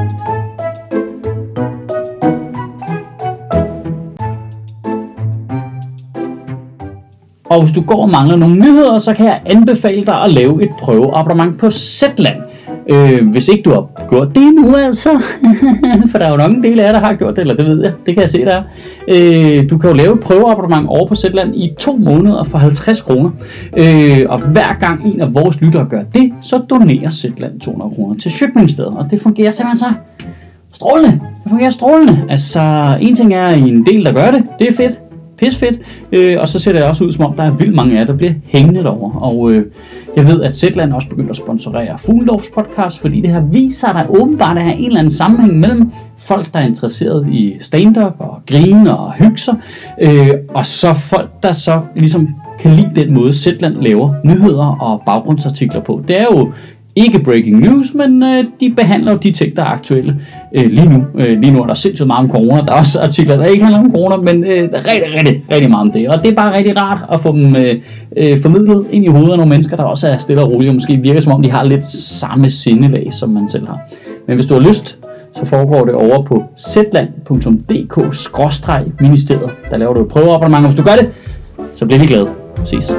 Og hvis du går og mangler nogle nyheder, så kan jeg anbefale dig at lave et prøveabonnement på Zetland. Øh, hvis ikke du har gjort det nu altså, for der er jo nok en del af jer, der har gjort det, eller det ved jeg, det kan jeg se der. Øh, du kan jo lave et prøveabonnement over på Zetland i to måneder for halvtreds kroner. Øh, og hver gang en af vores lyttere gør det, så donerer Zetland to hundrede kroner til Sjøtministeriet. Og det fungerer simpelthen så strålende. Det fungerer strålende. Altså, en ting er en del, der gør det. Det er fedt. Pisfedt, øh, og så ser det også ud som om, der er vildt mange af jer, der bliver hængende derovre. Og øh, jeg ved, at Zetland også begyndt at sponsorere Fuglendorfs podcast, fordi det her viser, at der åbenbart er en eller anden sammenhæng mellem folk, der er interesseret i stand-up og grine og hygge sig, øh, og så folk, der så ligesom kan lide den måde, Zetland laver nyheder og baggrundsartikler på. Det er jo ikke breaking news, men øh, de behandler jo de ting, der er aktuelle øh, lige nu. Øh, lige nu er der sindssygt meget om corona. Der er også artikler, der ikke handler om corona, men øh, der er rigtig, rigtig, rigtig meget om det. Og det er bare rigtig rart at få dem øh, øh, formidlet ind i hovedet af nogle mennesker, der også er stille og rolige, og måske virker som om, de har lidt samme sindelag, som man selv har. Men hvis du har lyst, så foregår det over på zetland punktum d k skråstreg ministeriet. Der laver du et prøveabonnement, og hvis du gør det, så bliver vi glade. Ses.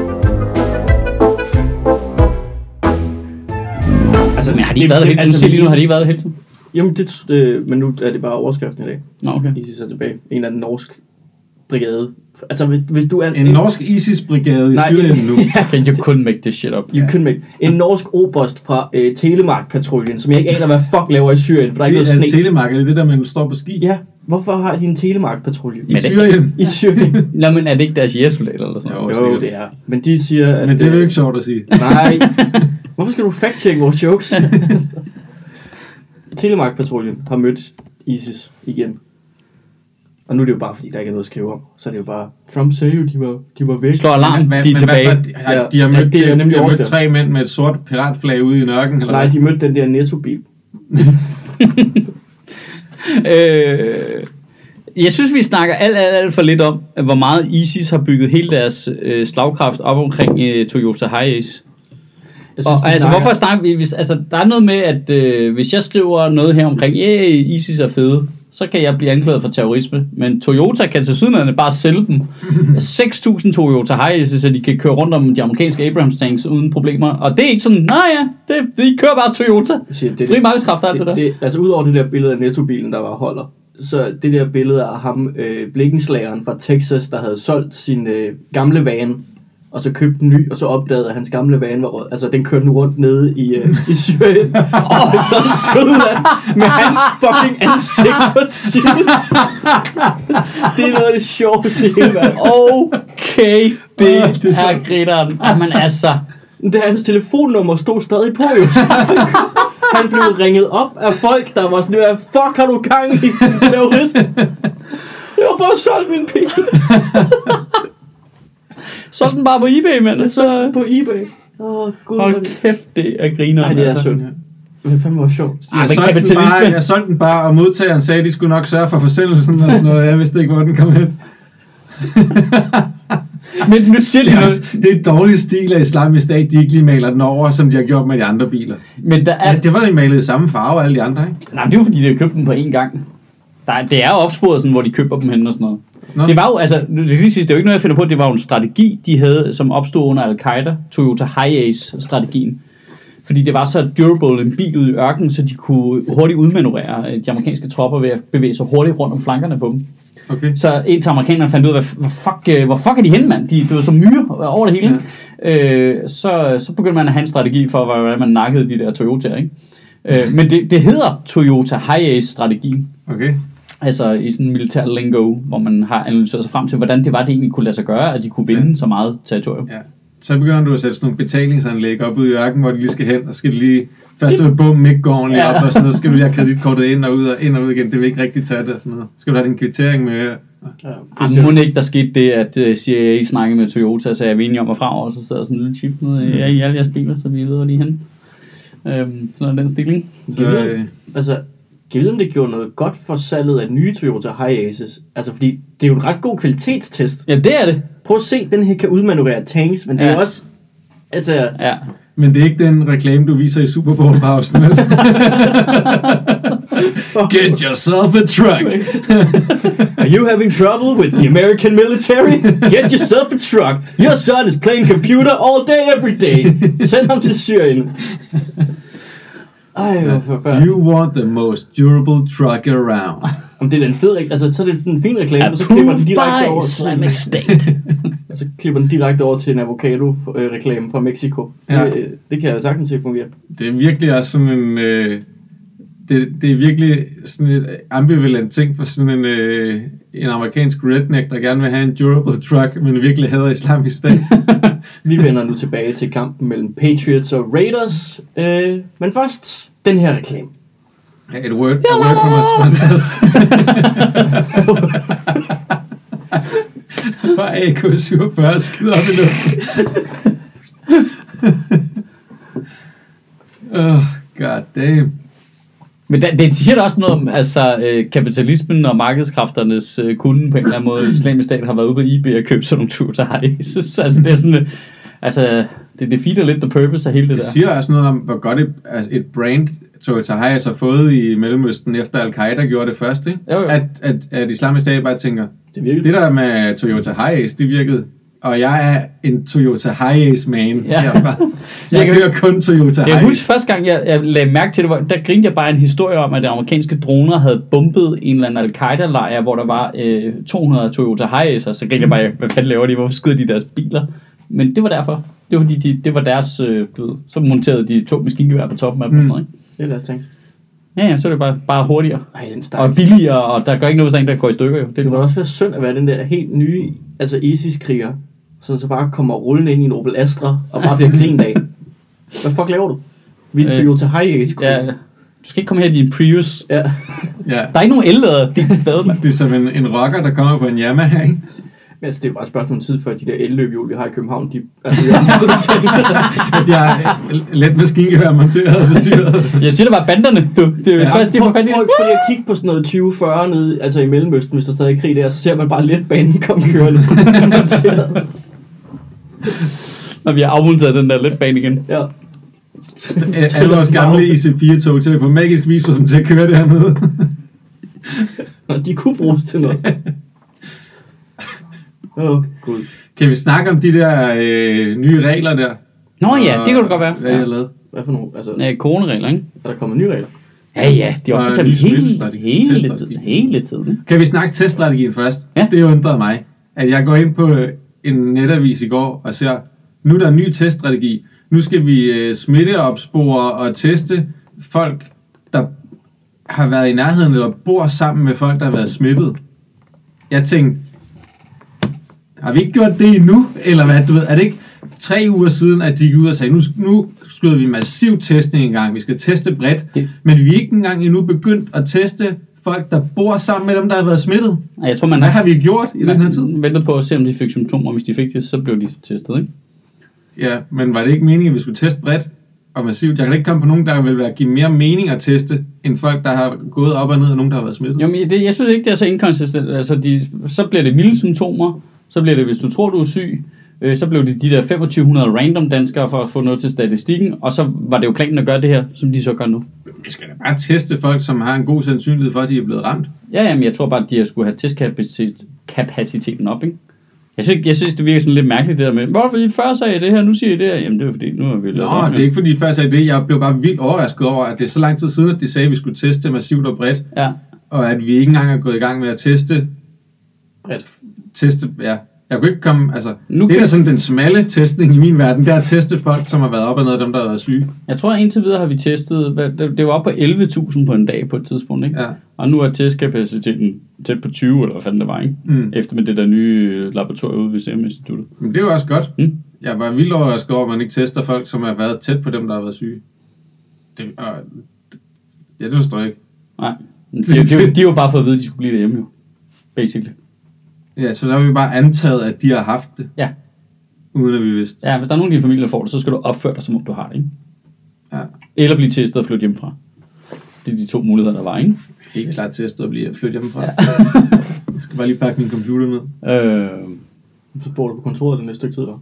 Altså, men har de ikke været der hele tiden? Altså, lige nu har de ikke været der hele tiden? Jamen, det, øh, men nu er det bare overskriften i dag. Nå, okay. ISIS er tilbage. En eller anden norsk brigade. Altså, hvis, hvis du er... En, en norsk ISIS-brigade i Syrien nu. Ja. Can you couldn't make this shit up? You yeah. couldn't make... En norsk oberst fra øh, Telemark-patruljen, som jeg ikke aner, hvad fuck laver i Syrien, for der er ikke noget sne. Telemark, er det det der, man står på ski? Ja. Hvorfor har de en Telemark-patrulje? I Syrien? I Syrien. Nå, men er det ikke deres jægersoldater eller sådan noget? Jo, jo, det er. Men de siger, at... Men det er jo ikke sjovt at sige. Nej. Hvorfor skal du fact-check vores jokes? Telemark-patruljen har mødt ISIS igen. Og nu er det jo bare, fordi der ikke er noget at skrive om. Så er det jo bare, Trump sagde jo, de var, de var væk. Slår alarm, men, de er tilbage. Hvad, de, har, de har mødt, ja, det er de har mødt tre mænd med et sort piratflag ude i nørken, eller nej, hvad? De mødte den der Netto-bil. øh, jeg synes, vi snakker alt, alt, alt for lidt om, hvor meget ISIS har bygget hele deres øh, slagkraft op omkring øh, Toyota Hiace. Synes, og altså, hvorfor snakker vi? Hvis, altså, der er noget med, at øh, hvis jeg skriver noget her omkring, yeah, ISIS er fede, så kan jeg blive anklaget for terrorisme. Men Toyota kan til sydenlande bare sælge dem seks tusind Toyota Hiaces, så de kan køre rundt om de amerikanske Abrams tanks uden problemer. Og det er ikke sådan, nej ja, det, de kører bare Toyota. Det, Fri markedskraft og alt det, det, det der. Det, altså udover det der billede af Netto-bilen, der var holder, så det der billede af ham, øh, blikkenslageren fra Texas, der havde solgt sin øh, gamle van, og så købte en ny, og så opdagede, at hans gamle van var rød. Altså, den kørte nu rundt nede i, øh, i Syrien. Og så stod han med hans fucking ansigt på siden. Det er noget af det sjoveste i hele verden. Okay, det oh, det er grineren. Men altså... Det er hans telefonnummer stod stadig på, jo. Han blev ringet op af folk, der var sådan, hvad fuck har du gang i, terrorist? Jeg har bare solgt min bil. Solgte den bare på eBay, mand. Jeg solgte den på eBay. Åh, oh, gud. Hold kæft, det er grineren. Nej, det er altså. synd. Det fandme var sjovt. Jeg, jeg, solgte den bare, jeg solgte den bare, og modtageren sagde, at de skulle nok sørge for forsendelsen og sådan noget. Jeg vidste ikke, hvor den kom hen. Men nu siger det, er også, det er et dårligt stil af Islamisk Stat, de ikke lige maler den over, som de har gjort med de andre biler. Men der er... ja, det var de malet i samme farve alle de andre, ikke? Nej, det er jo fordi, de har købt dem på én gang. Der er, det er jo opsporet sådan, hvor de køber dem hen og sådan noget. Nå. Det var jo, altså, det sidste, det er jo ikke noget, jeg finder på, det var jo en strategi, de havde, som opstod under Al-Qaida, Toyota Hiace-strategien. Fordi det var så durable en bil ude i ørkenen, så de kunne hurtigt udmanøvrere de amerikanske tropper ved at bevæge sig hurtigt rundt om flankerne på dem. Okay. Så indtil amerikanerne fandt ud af, hvor fuck, hvor fuck er de henne, mand? De, det var så myre over det hele. Ja. Øh, så, så begyndte man at have en strategi for, hvordan man nakkede de der Toyotaer, ikke? Øh, men det, det hedder Toyota Hiace-strategien. Okay. Altså i sådan en militær lingo, hvor man har analyseret sig frem til, hvordan det var, det egentlig kunne lade sig gøre, at de kunne vinde ja. så meget territorium. Ja. Så begynder du at sætte sådan nogle betalingsanlæg op ude i ørken, hvor de lige skal hen, og skal de lige først med bomben ikke gå ordentligt ja. op, og sådan noget, skal du lige have kreditkortet ind og ud og ind og ud igen, det vil ikke rigtig tage det og sådan noget. Skal du have din kvittering med? Ja. Ja. Må ikke der skete det, at C I A snakkede med Toyota, så jeg var enige om at fra, og så sidder sådan en lille chip nede i, i alle jeres biler, så vi ved, hvor de er henne. Øhm, sådan er den stilling. Så, øh, altså, jeg ved, om det gjorde noget godt for salget af nye Toyota Hiaces. Altså, fordi det er jo en ret god kvalitetstest. Ja, det er det. Prøv at se, den her kan udmanøvrere tanks, men det ja. er også... Altså... Ja. Men det er ikke den reklame, du viser i Super Bowl-pausen, vel? Get yourself a truck. Are you having trouble with the American military? Get yourself a truck. Your son is playing computer all day, every day. Send ham til Syrien. Ej, hvor forfærdeligt. You want the most durable truck around. Om det er den fed, altså så er det en fin reklame, og så klipper den direkte over Islamic State. Og så klipper den direkte over til en avocado-reklame fra Mexico. Ja. Det, det kan jeg sagtens se fungere. Det er virkelig også sådan en... Øh, det, det er virkelig sådan et ambivalent ting for sådan en, øh, en amerikansk redneck, der gerne vil have en durable truck, men virkelig hader Islamisk Stat. Vi vender nu tilbage til kampen mellem Patriots og Raiders. Øh, men først den her reklame. Et word, a word from our sponsors. Bare A K syvogfyrre skyder op i luften. Oh, god damn. Men det, det siger da også noget om altså, øh, kapitalismen og markedskræfternes øh, kunde på en eller anden måde. Islamisk Stat har været ude på eBay og købt sådan nogle Toyota Hiaces. Altså det er sådan, altså det defeater lidt the purpose af hele det, det der. Det siger også noget om, hvor godt et, altså et brand Toyota Hiace har fået i Mellemøsten, efter Al-Qaida gjorde det først, ikke? Jo, jo. At, at, at Islamisk Stat bare tænker, det, det der med Toyota Hiace, det virkede. Og jeg er en Toyota Hiace man. Ja. Jeg, bare, jeg, jeg kører kun Toyota Hiace. Jeg husker første gang, jeg, jeg lagde mærke til det, var, der grinte jeg bare en historie om, at de amerikanske droner havde bombet en eller anden Al-Qaida-lejr, hvor der var øh, to hundrede Toyota Hiace'er. Så grinte jeg bare, hvad fanden laver de? Hvorfor skyder de deres biler? Men det var derfor. Det var fordi, de, det var deres... Øh, så monterede de to maskingevær på toppen af dem. Mm. Og sådan noget, ikke? Det er deres tænkt. Ja, ja, så er det bare, bare hurtigere. Ej, den og billigere, og der gør ikke noget, hvis der der går i stykker. Jo. Det, det må også være synd at være den der helt nye, altså ISIS-kriger, som så bare kommer rullende ind i en Opel Astra, og bare bliver grint af. Hvad fuck laver du? Vi er Toyota Hiace. Ja, ja. Du skal ikke komme her i din Prius. Ja. Ja. Der er ikke nogen elledere, din spade, mand. Det er som en, en rocker, der kommer på en Yamaha, ikke? Men altså, det er bare et spørgsmål om tid, før de der elløbhjul, vi har i København, de altså, de har let maskingevær monteret og bestyret. Jeg siger det bare banderne, du. Det er jo ja. Svært, de får fat i det. Prøv lige at kigge på sådan noget tyve fyrre nede, altså i Mellemøsten, hvis der stadig er krig der, så ser man bare letbanen komme kørende monteret. Når vi har afmonteret den der letbane igen. Ja. Alle vores gamle I C fire tog til på magisk vis, som til at køre det hernede. Og de kunne bruges til noget. Åh, oh, gud. Kan vi snakke om de der øh, nye regler der? Nå ja, det kunne det godt være. Hvad er det lavet? Hvad for nogle? Altså, Ja, coronaregler, ikke? er der kommet nye regler? Ja, ja, de har Og også en taget ny hele, smittestrategi. hele Teststrategi. tiden. Hele tiden. Ikke? Kan vi snakke teststrategien først? Ja. Det undrede mig, at jeg går ind på øh, en netavis i går og ser, nu er der en ny teststrategi. Nu skal vi øh, smitteopspore og teste folk, der har været i nærheden eller bor sammen med folk, der har været smittet. Jeg tænkte, har vi ikke gjort det endnu? Eller hvad, du ved, er det ikke tre uger siden, at de gik ud og sagde, nu, nu skyder vi massiv testning i gang, vi skal teste bredt, Det- men vi er ikke engang endnu begyndt at teste folk, der bor sammen med dem, der har været smittet. Og jeg tror, man Hvad har vi gjort i den her tid? Man ventede på at se, om de fik symptomer. Hvis de fik det, så blev de testet, ikke? Ja, men var det ikke meningen, at vi skulle teste bredt og massivt? Jeg kan ikke komme på nogen, der vil være, give mere mening at teste, end folk, der har gået op og ned, og nogen, der har været smittet. Jo, men det, jeg synes ikke, det er så inkonsistent. Altså, de, så bliver det milde symptomer, så bliver det, hvis du tror, du er syg, øh, så blev det de der femogtyve hundrede random danskere for at få noget til statistikken, og så var det jo planen at gøre det her, som de så gør nu. Vi skal da bare teste folk, som har en god sandsynlighed for, at de er blevet ramt. Ja, jamen, jeg tror bare, at de skulle have testkapacitet, kapaciteten op, ikke? Jeg synes, jeg synes, det virker sådan lidt mærkeligt det der med, hvorfor I før sagde det her, nu siger I det her? Jamen, det er fordi, nu har vi lavet Nå, om, det er ikke fordi, først sagde det. Jeg blev bare vildt overrasket over, at det er så lang tid siden, at de sagde, at vi skulle teste massivt og bredt, Ja. og at vi ikke engang er gået i gang med at teste Bredt. teste, ja. Jeg kunne ikke komme, altså, Nu det er kan- da sådan den smalle testning i min verden, det er at teste folk, som har været op og ned af dem, der har været syge. Jeg tror, at indtil videre har vi testet, hvad- det det var oppe på elleve tusind på en dag på et tidspunkt, ikke? Ja. Og nu er testkapaciteten tæt på tyve, eller hvad fanden det var, ikke? Mm. Efter med det der nye laboratorium ude ved Serum Instituttet. Men det er jo også godt. Mm. Jeg var vildt overrasket over, at man ikke tester folk, som har været tæt på dem, der har været syge. Det, og, ja, det forstår jeg ikke. Nej. De, de, de, de har jo bare fået at vide, at de skulle blive derhjemme, jo. Basically. Ja, så der har vi bare antaget, at de har haft det, Ja. uden at vi vidste. Ja, hvis der er nogen i din familie, der får det, så skal du opføre dig, som om du har det, ikke? Ja. Eller blive testet og flytte hjemmefra. Det er de to muligheder, der var, ikke? Helt klart testet at blive flyttet hjemmefra. Ja. Jeg skal bare lige pakke min computer ned. Øh, Så bor du på kontoret det næste stykke tid, der.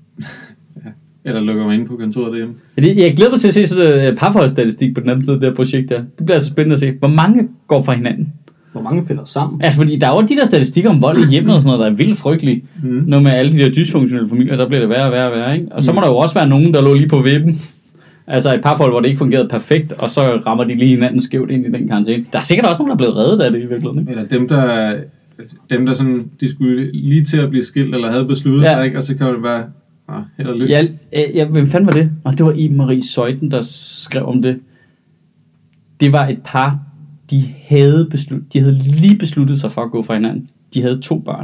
Eller lukker mig ind på kontoret derhjemme. det- jeg glæder mig til at se sådan en parforholdsstatistik på den anden side af det her projekt der. Det bliver altså spændende at se. Hvor mange går fra hinanden? Hvor mange finder sammen? Altså, fordi der er jo de der statistikker om vold i hjemmet og sådan noget, der er vildt frygtelige. Mm. Noget med alle de der dysfunktionelle familier, der bliver det værre og værre og værre, ikke? Og så må der jo også være nogen, der lå lige på vippen. Altså et parforhold, hvor det ikke fungerede perfekt, og så rammer de lige hinanden skævt ind i den karantæne. Der er sikkert også nogen, der er blevet reddet af det i virkeligheden, ikke? Eller dem, der, dem, der sådan, de skulle lige til at blive skilt, eller havde besluttet Ja. sig, ikke? Og så kan det bare, ah, held og lykke. Ja, øh, ja, hvem fanden var det? Og det var Iben Marie Zeuthen, der skrev om det. Det var et par, de havde, beslut, de havde lige besluttet sig for at gå fra hinanden. De havde to børn.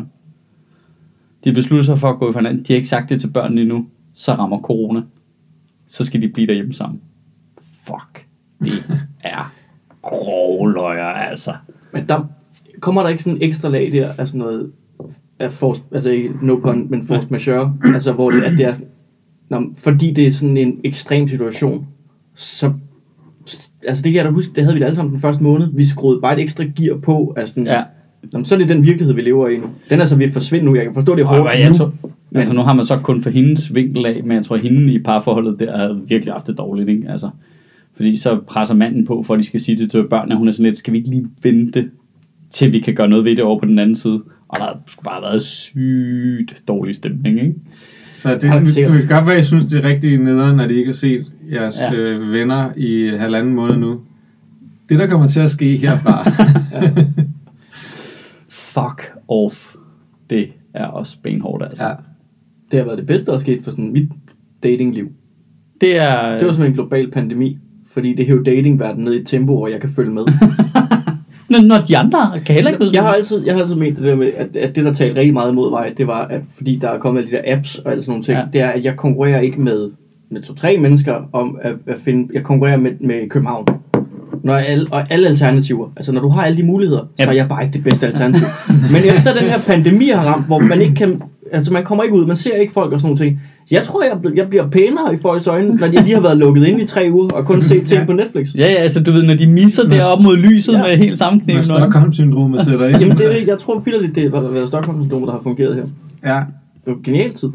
De besluttede sig for at gå fra hinanden. De har ikke sagt det til børnene endnu. Så rammer corona. Så skal de blive derhjemme sammen. Fuck. Det er grove løjer, altså. Men der kommer der ikke sådan en ekstra lag der af sådan noget af force, altså ikke no pun, men force majeure, altså hvor det, at det er sådan, nå, fordi det er sådan en ekstrem situation, så altså det kan jeg da huske, det havde vi da alle sammen den første måned, vi skruede bare et ekstra gear på, altså Ja. nå, så er det den virkelighed, vi lever i nu. Den er så ved at forsvinde nu, jeg kan forstå det er hårdt Og jeg nu. tror, altså nu har man så kun for hendes vinkel af, men jeg tror, hende i parforholdet der har virkelig haft det dårligt, ikke? Altså, fordi så presser manden på, for at de skal sige det til børnene, hun er sådan lidt, skal vi ikke lige vente, til vi kan gøre noget ved det over på den anden side? Og der har sgu bare været sygt dårlig stemning, ikke? Så det, Helt det sikkert. kan godt være, at jeg synes, det er rigtig nederen, at I ikke har set jeres Ja. ja. øh, venner i halvanden måned nu. Det, der kommer til at ske herfra. Fuck off. Det er også benhårdt, altså. ja. Det har været det bedste, der er sket for sådan mit datingliv. Det er... Det var sådan en global pandemi, fordi det hæver datingverdenen ned i et tempo, hvor jeg kan følge med. Når, når de andre kan heller ikke... Jeg har altid, jeg har altid ment det der med, at, at det der talte rigtig meget imod mig, det var, at fordi der er kommet alle de der apps og alle sådan nogle ting, Ja. det er, at jeg konkurrerer ikke med, med to-tre mennesker om at, at finde, jeg konkurrerer med, med København. Når alle, og alle alternativer, altså når du har alle de muligheder, så Ja. er jeg bare ikke det bedste alternativ. Men efter den her pandemi har ramt, hvor man ikke kan, altså man kommer ikke ud, man ser ikke folk og sådan nogle ting. Jeg tror, jeg, bl- jeg bliver pænere i folks øjne, når jeg lige har været lukket inde i tre uger og kun set ting på Netflix. Ja, ja, altså du ved, når de misser deroppe mod lyset Ja. med helt Når sammenknæbende. Stockholm-syndromet sætter ind. Jamen det er det, jeg tror vildt, det har været Stockholm-syndromet, der har fungeret her. Ja. Det var genial tid.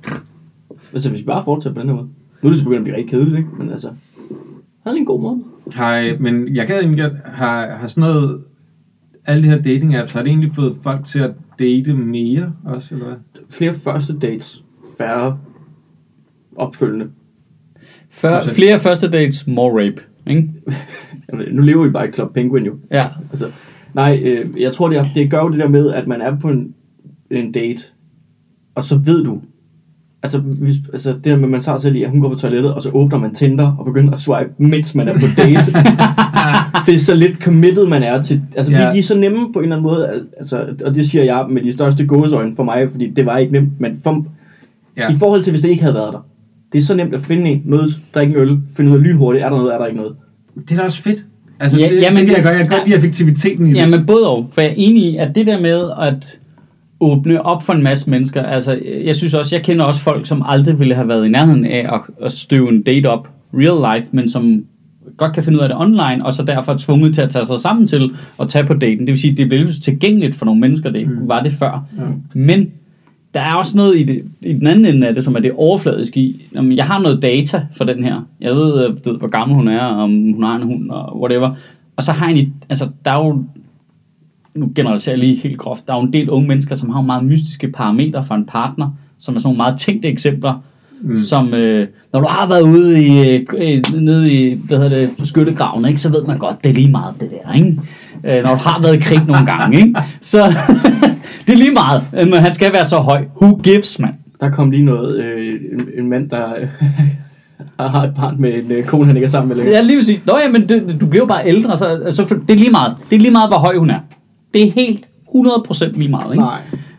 Altså, hvis vi bare fortsætter på den her måde. Nu er det så begyndt at blive rigtig kedeligt, ikke? Men altså, havde en god måde. Har, men jeg kan egentlig godt, har, har sådan noget, alle de her dating apps, har det egentlig fået folk til at date mere også, eller hvad? Flere første dates, færre opfølgende. Før, flere første dates, more rape, ikke? Nu lever vi bare i Club Penguin jo. Ja. Altså, nej, øh, jeg tror, det, er, det gør jo det der med, at man er på en, en date, og så ved du, altså, hvis, altså det der med, at man tager sig lige, at hun går på toilettet, og så åbner man Tinder og begynder at swipe, mens man er på date. Det er så lidt committed, man er til. Altså, yeah. de, de er så nemme på en eller anden måde, altså, og det siger jeg med de største gåseøjne for mig, fordi det var ikke nemt, men for, yeah. i forhold til, hvis det ikke havde været der. Det er så nemt at finde en, mødes, drikke en øl, finde ud af lynhurtigt, er der noget, er der ikke noget. Det er da også fedt. Altså, ja, det, jamen, det kan jeg godt, jeg kan godt lide effektiviteten i det. Ja, men både og, for jeg er enig i, at det der med at åbne op for en masse mennesker, altså, jeg synes også, jeg kender også folk, som aldrig ville have været i nærheden af at, at støve en date op real life, men som godt kan finde ud af det online, og så derfor er tvunget til at tage sig sammen til at tage på daten. Det vil sige, at det bliver tilgængeligt for nogle mennesker, det mm. var det før. Ja. Men der er også noget i, det, i den anden ende af det, som er det overfladiske i. Jamen, jeg har noget data for den her. Jeg ved, ved, hvor gammel hun er, om hun har en hund, og whatever. Og så har jeg en, altså, der er jo, nu generaliserer jeg lige helt groft, der er jo en del unge mennesker, som har meget mystiske parametre for en partner, som er sådan nogle meget tænkte eksempler, mm. som, øh, når du har været ude i, øh, nede i, hvad hedder det, skyttegraven, ikke, så ved man godt, det er lige meget det der, ikke? Øh, når du har været i krig nogle gange, ikke? Så det er lige meget, men han skal være så høj. Who gives, man? Der kom lige noget, øh, en, en mand, der har et barn med en øh, kone, han ikke er sammen med længere. Ja, lige præcis. Nå ja, men det, du bliver jo bare ældre, så altså, det er lige meget. Det er lige meget, hvor høj hun er. Det er helt hundrede procent lige meget, ikke? Nej.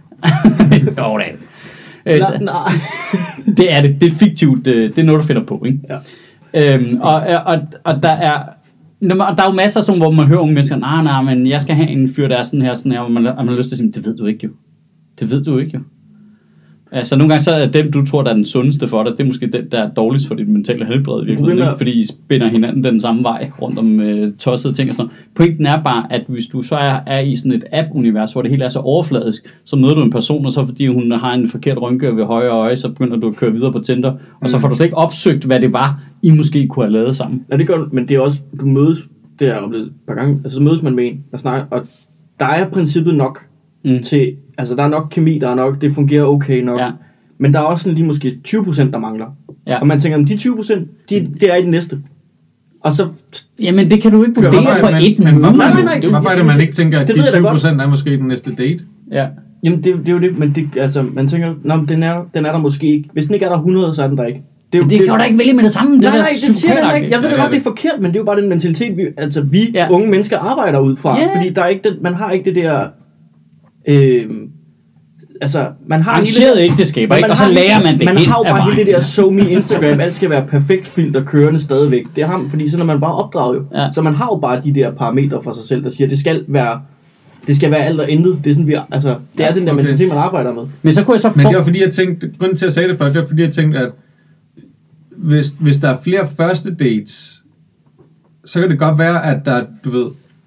Jo, det er det. Øh, nej. Det er det. Det er fiktivt. Det er noget, du finder på, ikke? Ja. Øhm, og, og, og der er... Der er jo masser af sådan, hvor man hører unge mennesker, nej, nej, men jeg skal have en fyr, der er sådan her, sådan her, og man, og man har lyst til at sige, det ved du ikke jo. Det ved du ikke jo. Altså nogle gange så er dem, du tror, der er den sundeste for dig, det er måske den, der er dårligst for dit mentale helbred, virkelig, ikke? Fordi I spænder hinanden den samme vej rundt om øh, tossede ting og sådan noget. Pointen er bare, at hvis du så er, er i sådan et app-univers, hvor det hele er så overfladisk, så møder du en person, og så fordi hun har en forkert rynke ved højre øje, så begynder du at køre videre på Tinder, og så får du slet ikke opsøgt, hvad det var, I måske kunne have lavet sammen. Ja, det gør du, men det er også, du mødes, det har jeg oplevet et par gange, altså så mødes man med en og snakker, og der er princippet nok mm. til, altså der er nok kemi, der er nok, det fungerer okay nok. Ja. Men der er også sådan lige måske tyve procent, der mangler. Ja. Og man tænker, at de tyve procent, de, det er i den næste. Og så... Jamen, det kan du ikke vurdere på et møde. Nej, nej, nej. Hvorfor er det, man ikke tænker, at de tyve procent er måske den næste date? Ja. Jamen, det, det er jo det, men det, altså, man tænker, nå, den er, den er der måske ikke. Hvis den ikke er der hundrede, så er den der ikke. Det, er jo, det, det kan du da ikke vælge med det samme. Nej, nej, det siger den ikke. Jeg ved da godt, det er forkert, men det er jo bare den mentalitet, vi, altså, vi ja. unge mennesker arbejder ud fra. Yeah. Fordi der er ikke det, man har ikke det der... Øh, altså, man har arrangeret ægteskaber, ikke? Og så lærer man det. Man har jo bare hele det der SoMe Instagram, alt skal være perfekt filter kørende stadigvæk. Det har fordi så når man bare opdrager jo. Ja. Så man har jo bare de der parametre for sig selv, der siger, det skal være det skal være alt og intet. Det er sådan vi altså, det er ja, den der okay. mentalitet man arbejder med. Men så kunne jeg så få... Men det var fordi jeg tænkte, grunden til at sige det for, det var fordi jeg tænkte at hvis hvis der er flere første dates, så kan det godt være at der, du ved,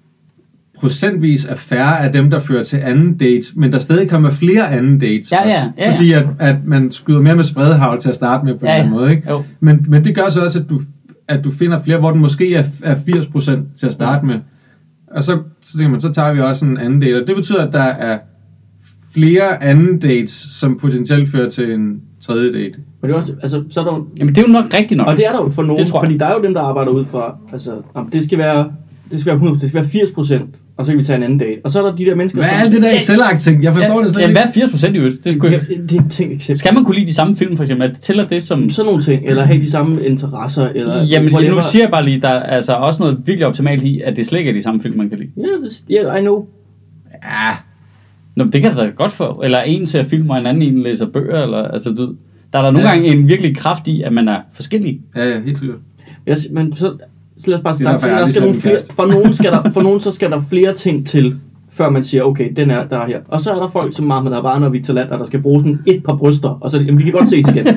procentvis er færre af dem, der fører til anden dates, men der stadig kommer flere anden dates. Ja, ja, ja, ja. Fordi at, at man skyder mere med spredehagl til at starte med på ja, en måde. Ikke? Men, men det gør så også, at du, at du finder flere, hvor den måske er, er firs procent til at starte med. Og så, så tænker man, så tager vi også en anden date. Og det betyder, at der er flere anden dates, som potentielt fører til en tredje date. Og det er også, altså, så er der jo... Jamen det er jo nok rigtigt nok. Og det er der jo for nogen, fordi der er jo dem, der arbejder ud fra, altså, det skal være, det skal være hundrede, det skal være firs procent, og så kan vi tage en anden date. Og så er der de der mennesker, hvad er alt det der Excel-ark-ting? Jeg forstår ja, det slet ikke. Jamen, hvad er firs procent i øvrigt? Det, det, det er ting eksempel. Skal man kunne lide de samme film, for eksempel? Det tæller det som... Sådan nogle ting, eller have de samme interesser, eller... Jamen, nu siger jeg bare lige, der er altså også noget virkelig optimalt i, at det slet ikke er de samme film, man kan lide. Ja, yeah, yeah, I know. Ja. Nå, det kan da godt for. Eller en ser film, og en anden en læser bøger, eller... Altså, du, der er der nogle ja. gange en virkelig kraft i, at man er forskellig. Ja, ja, helt sikkert. Ja, men så... Så lad os bare starte. Der skal nogle flere, for, nogen skal der, for nogen så skal der flere ting til, før man siger, okay, den er der er her. Og så er der folk som Mahmoud Habane og Victor Lander, der skal bruge sådan et par bryster, og så jamen, vi kan godt ses igen.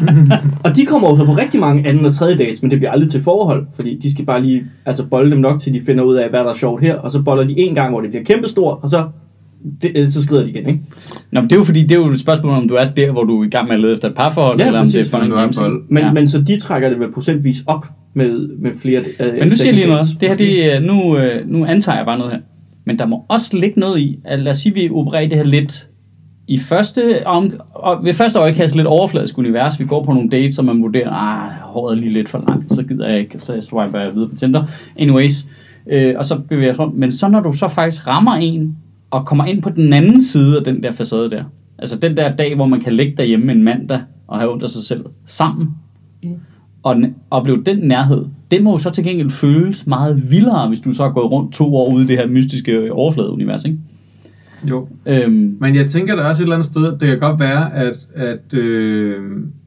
Og de kommer også på rigtig mange anden og tredje dates, men det bliver aldrig til forhold, fordi de skal bare lige altså bolde dem nok, til de finder ud af, hvad der er sjovt her, og så boller de en gang, hvor det bliver kæmpestort, og så det, så skrider de igen, ikke? Nå, men det er jo fordi, det er jo et spørgsmål, om du er der, hvor du er i gang med at lede efter et parforhold, Ja, eller om præcis, det er for en men du er games. bold. Men, Ja. men så de trækker det vel procentvis op med, med flere... Øh, Men nu siger jeg lige noget. dates. Det her, det, er- nu, øh, nu antager jeg bare noget her. Men der må også ligge noget i, at lad os sige, at vi opererer det her lidt i første om, og ved første øjekast lidt overfladisk univers. Vi går på nogle dates, og man vurderer, ah, håret er lige lidt for langt, så gider jeg ikke, så jeg swiper jeg videre på Tinder. Anyways, øh, og så bevæger jeg rundt. Men så når du så faktisk rammer en, og kommer ind på den anden side af den der facade der, altså den der dag, hvor man kan ligge derhjemme en mandag, og have ondt af sig selv, sammen, mm. og n- opleve den nærhed, det må jo så til gengæld føles meget vildere, hvis du så er gået rundt to år ude i det her mystiske overfladeunivers, ikke? Jo. Øhm, Men jeg tænker, der er også et eller andet sted, det kan godt være, at, at, øh,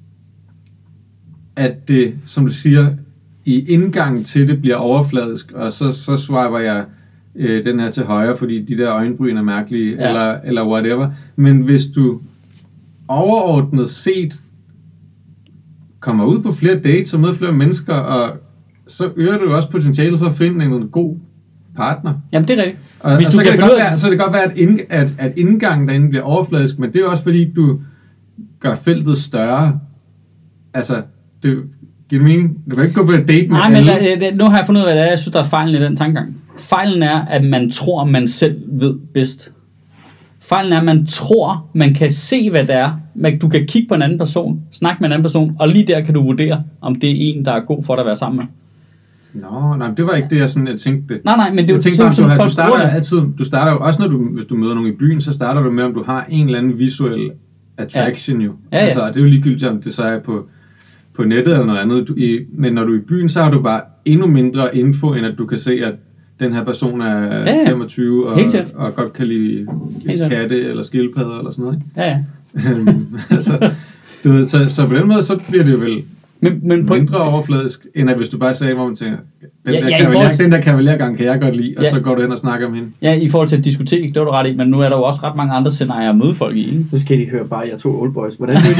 at det, som du siger, i indgangen til det bliver overfladisk, og så, så swiper jeg øh, den her til højre, fordi de der øjenbryn er mærkelige, Ja. eller, eller whatever. Men hvis du overordnet set kommer ud på flere dates og møder flere mennesker, og så øger du også potentialet for at finde en god partner. jamen, det er rigtigt. Og, Hvis og du så, kan kan det finde godt ud af- være, så kan det godt være, at, ind, at, at indgangen derinde bliver overfladisk, men det er også fordi, du gør feltet større. Altså, det giver det mening? Du kan ikke gå på et date med Nej, men alle. lad, lad, nu har jeg fundet ud af, hvad det er. Jeg synes, der er fejlen i den tankegang. Fejlen er, at man tror, man selv ved bedst. Fejlen er, at man tror, man kan se, hvad det er. Men du kan kigge på en anden person, snakke med en anden person, og lige der kan du vurdere, om det er en, der er god for dig at være sammen med. Nå, nej, det var ikke det, jeg, sådan, jeg tænkte. Nej, nej, men det er jo Jeg tænkte bare, sådan, du, som har, du folk starter bruger det. altid, du starter jo også, når du, hvis du møder nogen i byen, så starter du med, om du har en eller anden visuel attraction, jo. Ja, ja. Altså, det er jo ligegyldigt, om det så er på, på nettet eller noget andet. Du, i, men når du er i byen, så har du bare endnu mindre info, end at du kan se, at den her person er Ja, ja. femogtyve og, Helt sikkert. og godt kan lide Helt sikkert. katte eller skildpadder eller sådan noget, ikke? Ja, ja. Øhm, altså, du ved, så, så på den måde, så bliver det jo vel Men, men på, mindre overfladisk, end at hvis du bare sagde, hvor man tænker, den, Ja, der, ja, i kavaler, forhold til- den der kavalergang kan jeg godt lide, og Ja. så går du hen og snakker om hende. ja, i forhold til et diskotek, det var du ret i, men nu er der jo også ret mange andre scenarier at møde folk i, ikke? Nu skal de høre bare, jeg to old boys. Hvordan er det?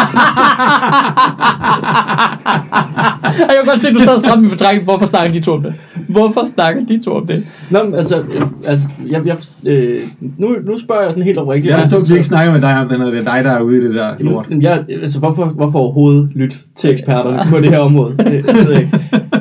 Jeg kan godt se, at du sad og stramt i betragtning. Hvorfor snakker de to om det? Hvorfor snakker de to om det? Nå, men altså, øh, altså jeg, jeg, øh, nu, nu spørger jeg sådan helt oprigtigt. Jeg forstår, altså, at vi ikke snakker med dig om den, og det er dig, der er ude i det der lort. Jamen, Jeg, altså, hvorfor, hvorfor overhovedet lytte til eksperterne på det her område? Det, det ved jeg ikke.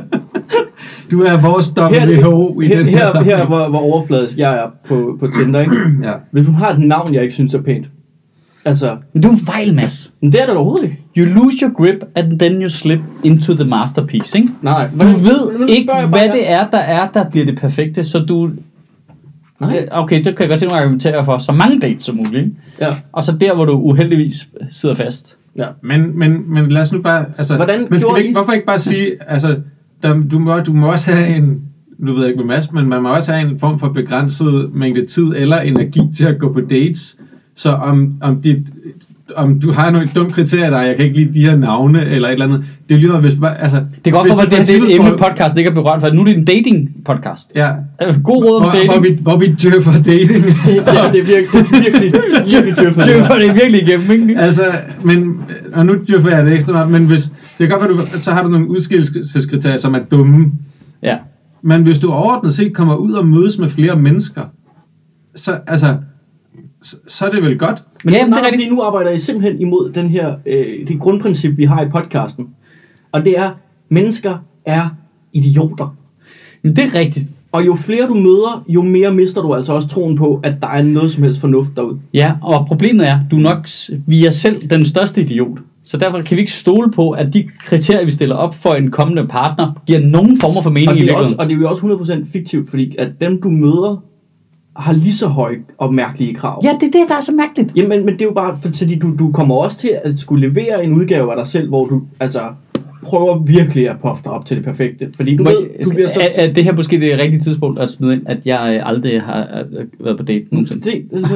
Du er vores W H O i her, den her her, sammenhæng. her hvor, hvor overfladisk jeg er på, på Tinder, ikke? Ja. Hvis hun har et navn, jeg ikke synes er pænt. Altså, Men du er en fejl, Mads. men det er der overhovedet ikke. You lose your grip, and then you slip into the masterpiece, ikke? Nej, Du ved ikke, hvad det er, der er, der bliver det perfekte, så du... Nej. Okay, det kan jeg godt tænke mig at argumentere for så mange dates som muligt, ikke? Ja. Og så der, hvor du uheldigvis sidder fast. Ja. Men, men, men lad os nu bare... Altså, Hvordan men skal gjorde vi ikke, I- hvorfor ikke bare sige... Altså, der, du, må, du må også have en... Nu ved jeg ikke med Mads, men man må også have en form for begrænset mængde tid eller energi til at gå på dates. Så om, om, dit, om du har nogle dumme kriterier, der jeg kan ikke lide de her navne eller et eller andet. Det er lige noget, hvis bare... Altså, Det kan godt hvis for, at du det, det er et princippet emne får- podcast, ikke er berørt for. Nu er det en dating podcast. Ja. God råd om Hvor, dating. hvor, vi, hvor vi døffer dating. Ja, det er virkelig, det er virkelig, virkelig djøffet. Det var det virkelig igennem, ikke? Altså, men, og nu dyrker jeg det ekstra meget, men hvis, det kan godt være, du, så har du nogle udskillelseskriterier, som er dumme. Ja. Men hvis du overordnet set kommer ud og mødes med flere mennesker, så, altså, så, så er det vel godt. Men Ja, men det er nej, rigtigt. fordi nu arbejder I simpelthen imod den her, øh, det grundprincip, vi har i podcasten. Og det er, mennesker er idioter. Men det er rigtigt. Og jo flere du møder, jo mere mister du altså også troen på, at der er noget som helst fornuft derude. Ja, og problemet er, du er nok, vi er selv den største idiot. Så derfor kan vi ikke stole på, at de kriterier, vi stiller op for en kommende partner, giver nogen former for mening Og i det, er også, virkeligheden. og det er jo også hundrede procent fiktivt, fordi at dem du møder, har lige så høje og mærkelige krav. Ja, det er det, der er så mærkeligt. Jamen, men det er jo bare, fordi du, du kommer også til at skulle levere en udgave af dig selv, hvor du altså prøver virkelig at puffe dig op til det perfekte. Fordi du Må, ved, du bliver så... er, er det her måske det rigtige tidspunkt at smide ind, at jeg øh, aldrig har øh, været på date nogensinde? Det, altså,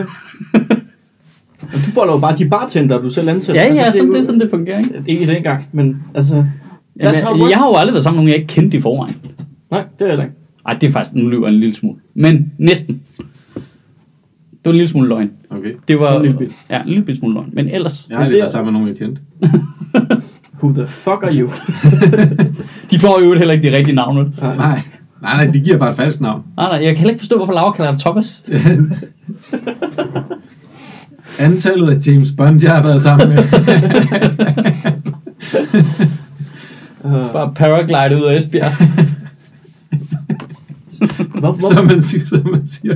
og du boller jo bare de bartender, du selv ansætter. Ja, ja, altså, sådan, jo, det er sådan, det fungerer, ikke? Ikke dengang, men altså... Jamen, That's how it jeg, works. jeg har jo aldrig været sammen med nogen, jeg ikke kendte i forvejen. Nej, det er jeg ikke. Ej, det er faktisk, nu lyver jeg en lille smule. Men næsten. Det var en lille smule løgn. Okay. Det var, En lille bit. ja, en lille bit smule løgn. Men ellers, Jeg har Men aldrig det- været sammen med nogen, jeg kendte. Who the fuck are you? de får jo heller ikke de rigtige navne. Nej. Nej, nej, nej, de giver bare et falsk navn. Nej, nej, jeg kan heller ikke forstå, hvorfor Laura kalder det Thomas. Antallet af James Bond, jeg har været sammen med. Bare paraglide ud af Esbjerg. Hvor, hvor? Som man siger, som man siger.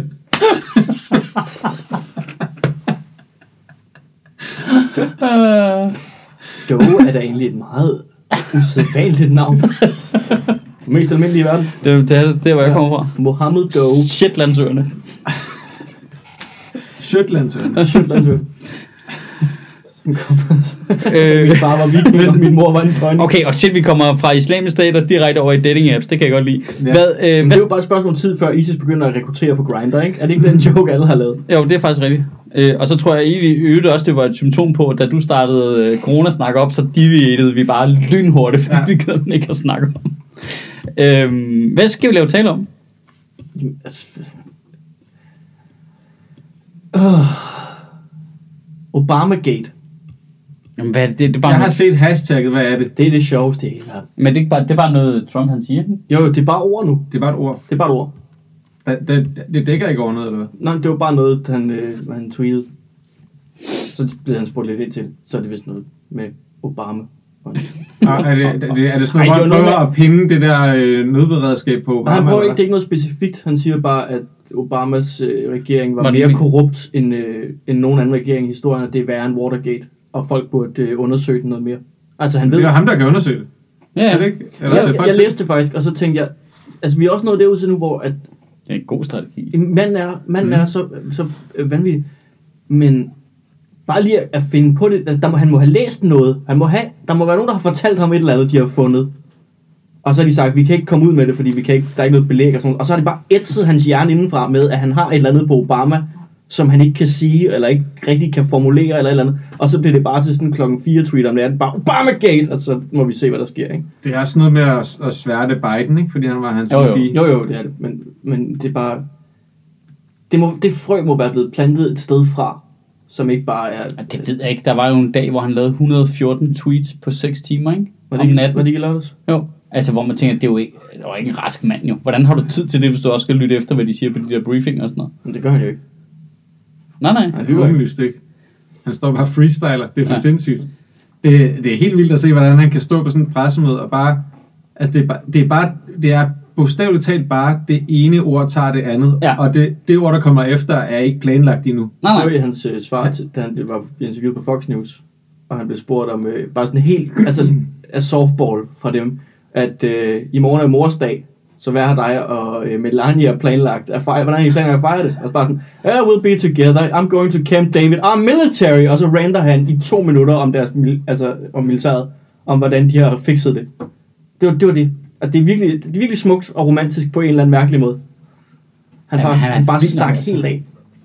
Doe er da egentlig et meget usædvanligt navn. Det mest almindelige i verden. Det, det, er, det er, hvor jeg kommer fra. Mohammed Doe. Shetlandsøerne. Shetlandsøerne. Shetlandsøerne. Som kommer Øh, min far var viking, og min mor var en drønning. Okay, og shit, vi kommer fra islamiske stater direkte over i dating apps. Det kan jeg godt lide. Ja. Hvad, øh, Men hvad, det er jo bare et spørgsmål om tid, før ISIS begynder at rekruttere på Grindr, ikke? Er det ikke den joke, alle har lavet? jo, det er faktisk rigtigt. Øh, og så tror jeg egentlig øvrigt også, det var et symptom på, at da du startede øh, coronasnak op, så deviated vi bare lynhurtigt, fordi Ja. det kan man ikke at snakke om. Øh, hvad skal vi lave tale om? Jamen, altså... Uh... Obamagate. Jamen, hvad er det? Det, det er bare Jeg har noget, set hashtagget, hvad er det? Det er det sjoveste i hele verden. men det er, ikke bare, det er bare noget, Trump han siger. Jo, jo, det er bare ord nu. Det er bare et ord. Det er bare et ord. Det, det, det dækker ikke over noget, eller hvad? Nej, det var bare noget, han, øh, han tweetede. Så blev han spurgt lidt ind til, så er det vist noget med Obama. Og er, det, er, det, er det sådan Ej, noget, det hvor var han noget prøver at pinde det der øh, nødberedskab på Nej, Obama? han prøver eller ikke, det er ikke noget specifikt. Han siger bare, at Obamas øh, regering var, Var det mere min- korrupt end, øh, end nogen anden regering i historien, og det er værre end Watergate. Og folk burde øh, undersøge den noget mere. Altså han ved... Det er ham, der kan undersøge det. Ja, Er ja. det ikke? Eller jeg, ser jeg, folk jeg til- læste det faktisk, og så tænkte jeg... Altså vi er også nået derud til nu, hvor at Det er en god strategi. manden er, manden Mm. er så, så øh, vanvittig. Men bare lige at finde på det... Altså, der må, han må have læst noget. Han må have, der må være nogen, der har fortalt ham et eller andet, de har fundet. Og så har de sagt, vi kan ikke komme ud med det, fordi vi kan ikke, der er ikke noget belæg og sådan noget. Og så har de bare ætset hans hjerne indenfra med, at han har et eller andet på Obama, som han ikke kan sige, eller ikke rigtig kan formulere, eller et eller andet. Og så bliver det bare til sådan klokken fire tweet om natten, bare Obamagate, og så må vi se, hvad der sker, ikke? Det er sådan noget med at, at sværte Biden, ikke? Fordi han var hans Jo, jo. lobby. Jo, jo, det er det, men, men det er bare... Det, må, det frø må være blevet plantet et sted fra, som ikke bare er... Ja, det ved jeg ikke. Der var jo en dag, hvor han lavede et hundrede og fjorten tweets på seks timer, ikke? Var det Om ikke, natten. var det ikke i lørdags? Jo. Altså, hvor man tænker, det er jo ikke, det er jo ikke en rask mand, jo. Hvordan har du tid til det, hvis du også skal lytte efter, hvad de siger på de der briefing og sådan noget? Men det gør han jo ikke. Nej, nej. Han Det er lyver ikke. åbenlyst ikke. Han står bare og freestyler. Det er for Ja. ja. sindssygt. Det, det er helt vildt at se, hvordan han kan stå på sådan en pressemøde og bare... Altså, det er bare... Det er, bare, det er bogstaveligt talt bare det ene ord tager det andet. Ja. Og det, det ord, der kommer efter, er ikke planlagt endnu. Nej, Det var nej. i hans øh, svar, til, da han var interviewet på Fox News, og han blev spurgt om, øh, bare sådan helt, altså af softball fra dem, at øh, i morgen er morsdag, så hvad har dig og øh, Melania planlagt at fejre, hvordan har I planlagt at fejre det? Og så bare sådan, yeah, we'll be together, I'm going to Camp David, I'm military, og så ranter han i to minutter om deres, mil- altså om militæret, om hvordan de har fikset det. Det var det. Var det. At det, er virkelig, det er virkelig smukt og romantisk på en eller anden mærkelig måde. Han Jamen, bare, han er han bare vild nok, stak altså. helt af.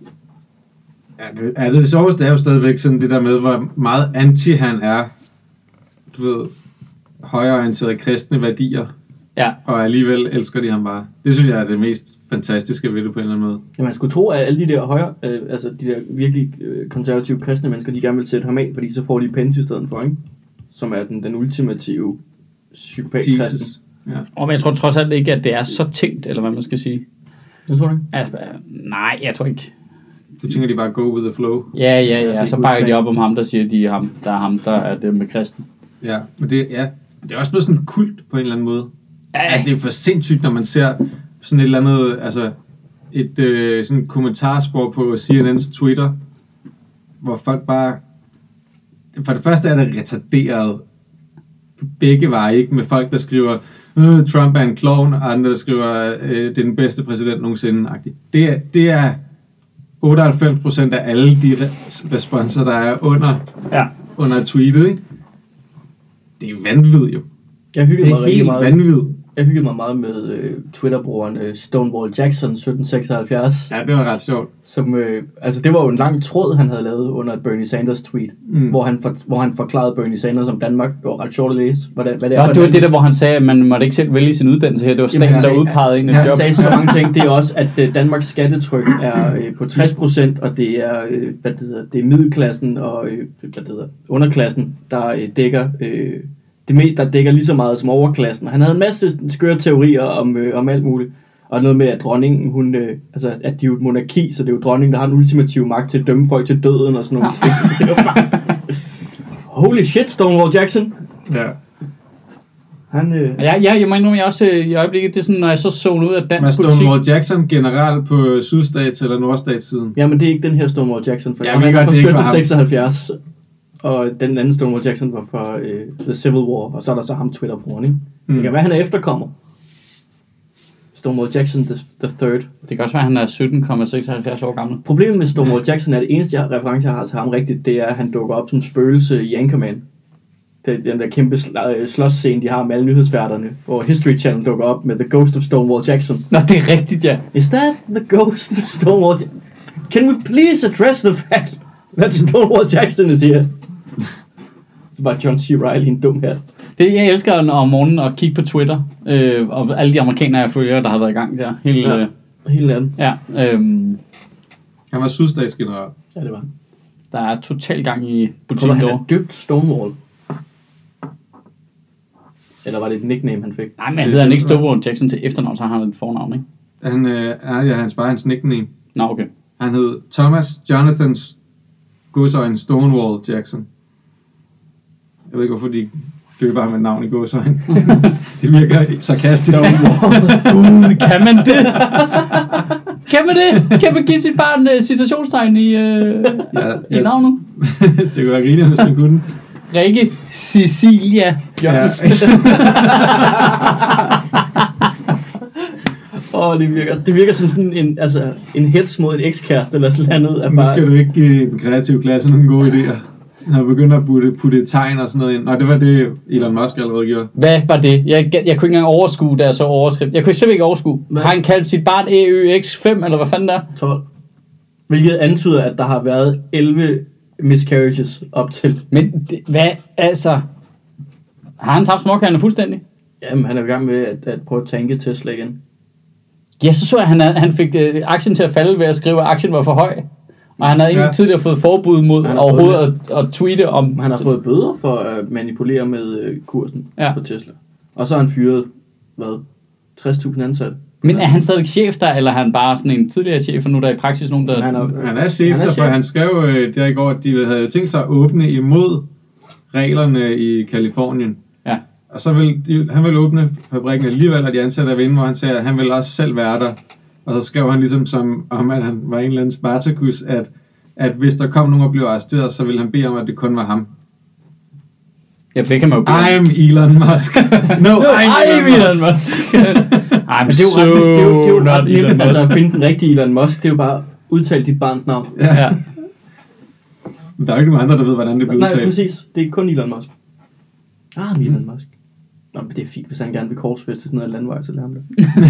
Ja, det, altså, det sjoveste er jo stadigvæk sådan det der med, hvor meget anti han er. Du ved, højreorienterede kristne værdier. Ja. Og alligevel elsker de ham bare. Det synes jeg er det mest fantastiske ved det på en eller anden måde. Ja, man skulle tro, at alle de der højre, øh, altså de der virkelig øh, konservative kristne mennesker, de gerne vil sætte ham af, fordi så får de Pence i stedet for, ikke? Som er den, den ultimative psykopat-kristen. Jesus. Ja. Og men jeg tror trods alt ikke, at det er så tænkt, eller hvad man skal sige. Jeg tror ikke. Altså, nej, jeg tror ikke. Du tænker, de bare go with the flow. Ja, ja, Ja, det ja. er Så god bakker de plan. op om ham, der siger, at de er ham, der er ham, der er det med kristen. Ja, men det, ja, det er også blevet sådan en kult på en eller anden måde. Ja, Altså, det er for sindssygt, når man ser sådan et eller andet, altså et øh, sådan kommentarspor på C N N's Twitter, hvor folk bare... For det første er det retarderet begge veje, ikke? Med folk, der skriver, øh, Trump er en klovn, og andre, der skriver, øh, det er den bedste præsident nogensinde. -agtigt. Det er, det er otteoghalvfems procent af alle de re- responser, der er under, ja. under tweetet, ikke? Det er vanvittigt jo. Jeg hyggede Det mig er rigtig helt meget. vanvittigt. Jeg hyggede mig meget med øh, Twitter-brugeren øh, Stonewall Jackson sytten seksoghalvfjerds, Ja, det var ret sjovt. som, øh, altså det var jo en lang tråd, han havde lavet under et Bernie Sanders tweet, Mm. hvor, han for, hvor han forklarede Bernie Sanders om Danmark. Det var ret sjovt at læse, hvordan, hvad det er. Ja, for det var et det land. der, hvor han sagde, at man måtte ikke selv vælge sin uddannelse her. Det var Jamen, staten, han der sagde- udpegede en Han et job. sagde så mange ting. Det er også, at øh, Danmarks skattetryk er øh, på tres procent, og det er, øh, hvad det hedder, det er middelklassen og øh, hvad det hedder, underklassen, der øh, dækker øh, det med, der dækker lige så meget som overklassen. Han havde en masse skøre teorier om, øh, om alt muligt. Og noget med, at dronningen, hun, øh, altså, at de er jo et monarki, så det er jo dronningen, der har den ultimative magt til at dømme folk til døden og sådan nogle ting. Det var bare... Holy shit, Stonewall Jackson. Ja. Han, øh... Ja, ja, jeg må indrømme, jeg også øh, i øjeblikket, det er sådan, når jeg så zoner ud af dansk Men politik. Stonewall Jackson generelt på sydstats- eller nordstatssiden. Ja, men det er ikke den her Stonewall Jackson, for Ja, han men er godt, fra det ikke var sytten ham. seksoghalvfjerds, og den anden Stonewall Jackson var fra øh, The Civil War, og så er der så ham Twitter-brugen, ikke? Mm. Det kan være, han er efterkommer. Stonewall Jackson the, the third. Det kan også være, at han er sytten komma seksoghalvfjerds år gammel. Problemet med Stonewall Jackson er, det eneste jeg, reference, jeg har til ham rigtigt, det er, at han dukker op som spøgelse i Anchorman. Det er den der kæmpe sl- slåsscene, de har med alle nyhedsværterne, hvor History Channel dukker op med The Ghost of Stonewall Jackson. Nå, det er rigtigt, ja. Is that the ghost of Stonewall Jackson? Can we please address the fact that Stonewall Jackson is here? Så bare John C. Reilly, en dum her. Det, jeg elsker om morgenen at kigge på Twitter, øh, og alle de amerikanere, jeg følger, der har været i gang der. Hele, Ja. øh, Helt andet. ja øhm, Han var sydstatsgeneral. Ja, det var. der er total gang i Tror du, butikken han er derovre. døbt Stonewall? Eller var det et nickname, han fik? Nej, men hedder han ikke Stonewall Jackson til efternavn, så har han et fornavn, ikke? Han, øh, er ja, hans bare hans nickname. Nå, okay. Han hed Thomas Jonathan Godsøjen Stonewall Jackson. Jeg ved ikke, hvorfor de døber ham med navn i Godsøjen. Det virker sarkastisk. Gud, kan man det? Kan man det? Kan man give sit barn uh, citationstegn i, uh, Ja, i ja. navnet? Det kunne være griner, hvis man kunne. Rikke Cecilia Jørgensen. Ja. Åh, oh, det virker, det virker som sådan en, altså, en hets mod en ekskæreste eller sådan noget. Er Nu bare... skal du ikke give den kreative klasse nogle gode idéer. Han begynder at putte, putte tegn og sådan noget ind. Nå, det var det, Elon Musk allerede gjorde. Hvad var det? Jeg, jeg kunne ikke engang overskue, da jeg så overskrift. Jeg kunne simpelthen ikke overskue. Hvad? Har han kaldt sit barn E Ø X fem, eller hvad fanden der? tolv. Hvilket antyder, at der har været elleve miscarriages op til. Men det, hvad, altså... Har han tabt småkærne fuldstændig? Jamen, han er i gang med at, at prøve at tanke Tesla igen. Ja, så så jeg, at han, havde- han fik øh, aktien til at falde ved at skrive, at aktien var for høj. Og han havde Ja. egentlig tidligere fået forbud mod Han har overhovedet at, at tweete om... Han har fået bøder for at manipulere med øh, kursen Ja. på Tesla. Og så har han fyret, hvad, tres tusind ansatte. Men er han stadig chef der, eller er han bare sådan en tidligere chef, og nu er der i praksis nogen, der... Han er, Han er chef, Han er han, for chef. han skrev øh, der i går, at de havde tænkt sig at åbne imod reglerne i Kalifornien. Ja. Og så vil de, han vil åbne fabrikken alligevel, og de ansatte er ved, hvor han sagde, at han vil også selv være der. Og så skrev han ligesom som om, at han var en eller anden Spartacus, at, at hvis der kom nogen og blev arresteret, så ville han bede om, at det kun var ham. Ja, det kan man jo bede om. I'm Elon Musk. No, I'm, I'm Elon Elon Musk. Musk. I'm Men det er jo ret, det er jo, det er jo not ret Elon nemt, altså Musk. at finde den rigtige Elon Musk, det er jo bare udtale dit barns navn. Ja. Men der er jo ikke nogen andre, der ved, hvordan det bliver Nej, udtalt. præcis. Det er kun Elon Musk. Ah, Elon Musk. Nå, men det er fint, hvis han gerne vil korsfeste sådan noget landvej, så lad ham det.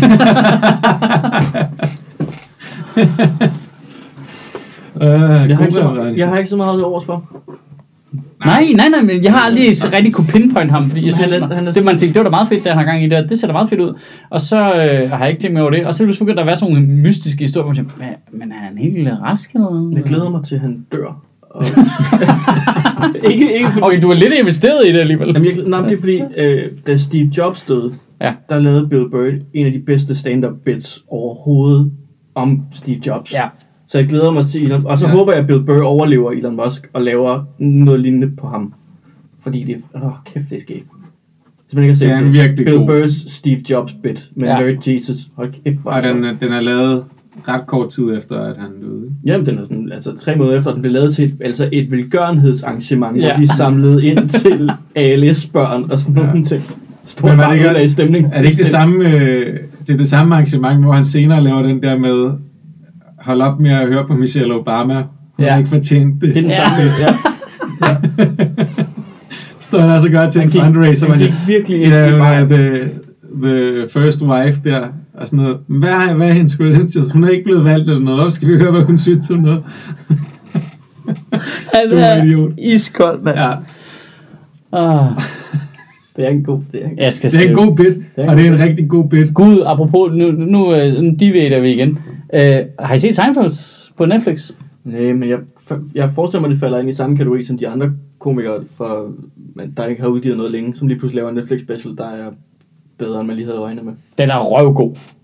Øh, Jeg har, ikke så, god jeg har ikke så meget overs for. Nej, nej, nej, men jeg har aldrig så rigtig kunne pinpoint ham, fordi jeg Men synes, han er- han han er- det man tænkte, det var da meget fedt, det han har gang i der, det ser da meget fedt ud. Og så øh, har jeg ikke tænkt mere over det, og så begyndte der at være sådan nogle mystiske historier, hvor jeg tænkte, "Hvad, men er han helt rask eller noget? Jeg glæder mig til, at han dør. Og... ikke, ikke fordi... Okay, du er lidt investeret i det alligevel. Jamen, jeg, nej, men det er fordi, øh, da Steve Jobs døde, Ja. der lavede Bill Burr en af de bedste stand-up bits overhovedet om Steve Jobs. Ja. Så jeg glæder mig til Elon, og så Ja. ja. håber jeg, at Bill Burr overlever Elon Musk og laver noget lignende på ham. Fordi det åh kæft, det skal ikke. Hvis man ikke har set Det er en det, virkelig Bill god. Burrs Steve Jobs bit med Ja. ja. Nerd Jesus. Hold kæft, bare Og den, så. den er lavet ret kort tid efter, at han døde. Jamen, den er sådan, altså tre måneder efter, den blev lavet til et, altså et velgørenhedsarrangement, Ja. ja. hvor de samlede ind til A L S-børn og sådan Ja. nogle ting. Stor Men er det ikke- bare i stemning. Er det ikke det samme, øh, det er det samme arrangement, hvor han senere laver den der med, hold op med at høre på Michelle Obama, hun Ja. har ikke fortjent det. Det er den Ja. samme, ja. Står han altså og gør til en Han gik- fundraiser, han hvor gik virkelig ind ja, i hun er vejen. the, the first wife der, og sådan noget. Hvad, er- hvad er hendes credentials? Hun er ikke blevet valgt eller noget. Skal vi høre, hvad hun synes om noget? Han Du er er idiot. iskold, mand. Ja, Ah. Det er en god, det er en Jeg skal det er en se- god bit, en og det er god en rigtig god bit. Gud, apropos, nu, nu, øh, nu deviater vi igen. Uh, har I set Seinfeld på Netflix? Nej, men jeg, jeg forestiller mig, det falder ind i samme kategori som de andre komikere, for, men der ikke har udgivet noget længe, som lige pludselig laver en Netflix special, der er bedre, end man lige havde regnet med. Den er røvgod.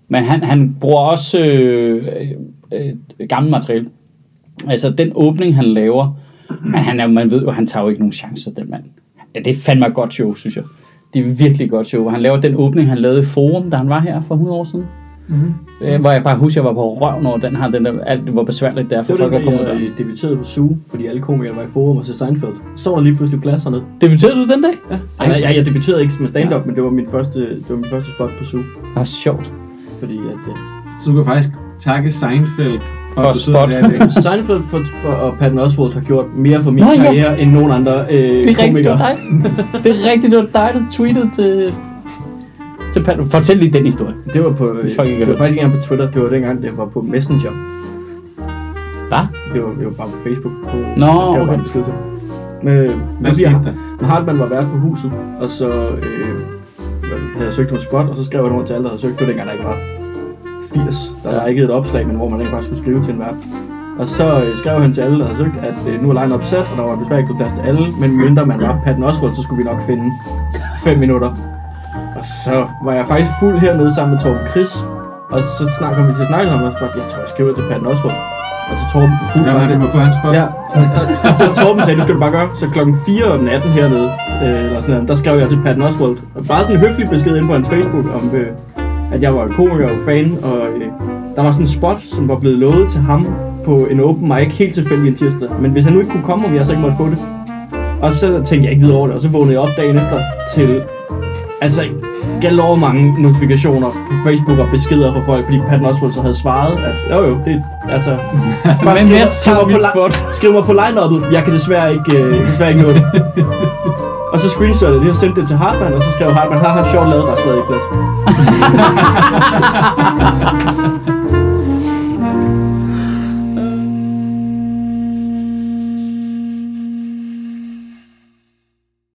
Men han, han bruger også øh, øh, øh, gammelt materiale. Altså, den åbning, han laver, han er, man ved jo, han tager jo ikke nogen chancer, den mand. Ja, det er fandme et godt show, synes jeg. Det er virkelig et godt show. Han laver den åbning, han lavede i Forum, da han var her for hundrede år siden. Mm-hmm. Øh, hvor jeg bare husker, jeg var på røven over den her, den der, alt hvor besværligt det er for det folk at komme ud der. Det var jeg debuterede på Zoo, fordi alle komikere var i Forum og så Seinfeld. Så var der lige pludselig plads hernede. Debuterede du den dag? Ja. Jeg, jeg, jeg debuterede ikke med stand-up, ja. Men det var min første, det var min første spot på Zoo. Det er sjovt. Fordi at, ja. Så du kan faktisk takke Seinfeld for spot. Seinfeld for, for, og Patton Oswalt har gjort mere for min Nå, ja. karriere end nogen andre øh, det er komikere. Rigtigt, det er rigtigt, det var dig, der tweetede til... til Patton. Fortæl lige den historie. Det var, på, det var faktisk ikke engang på Twitter, det var dengang, det var på Messenger. Hvad? Det var, det var bare på Facebook. På, Nå, no, okay. Besked til. Men, Hvad skete der? Men Hartmann var vært på huset, og så øh, havde jeg søgt om spot, og så skrev jeg rundt til alle, der havde søgt. Det var dengang, der ikke var firs. Der var ikke et opslag, men hvor man ikke bare skulle skrive til en vært. Og så øh, skrev han til alle, der havde søgt, at øh, nu er line-up sat, og der var desværre ikke plads til alle, men mindre man var Patton Oswalt, så skulle vi nok finde fem minutter. Og så var jeg faktisk fuld hernede sammen med Torben Chris, og så snakker vi til at snakke om, og så bare, jeg tror, jeg skriver til Patton Oswalt. Og så Torben fuld ja, var det. Hvorfor han spørger? Ja, og, og, og, så Torben sagde, det skal du bare gøre. Så klokken fire om natten hernede, øh, eller sådan noget, der skrev jeg til Patton Oswalt. Bare sådan en høflig besked inde på hans Facebook, om øh, at jeg var komiker og fan, og øh, der var sådan en spot, som var blevet lovet til ham på en open mic helt tilfældig en tirsdag. Men hvis han nu ikke kunne komme, om jeg så ikke måtte få det. Og så tænkte jeg ikke videre over det, og så vågnede jeg op dagen efter til, altså galore mange notifikationer på Facebook og beskeder fra folk, fordi Patton Oswalt så havde svaret, at jo jo, det altså... Men skriv, skriv, mig på li- skriv mig på line-uppet, jeg kan desværre ikke, øh, desværre ikke nå det. Og så screenshottede det, og sendte det til Hartmann, og så skrev Hartmann, har haft sjovt lavet, der er stadig plads.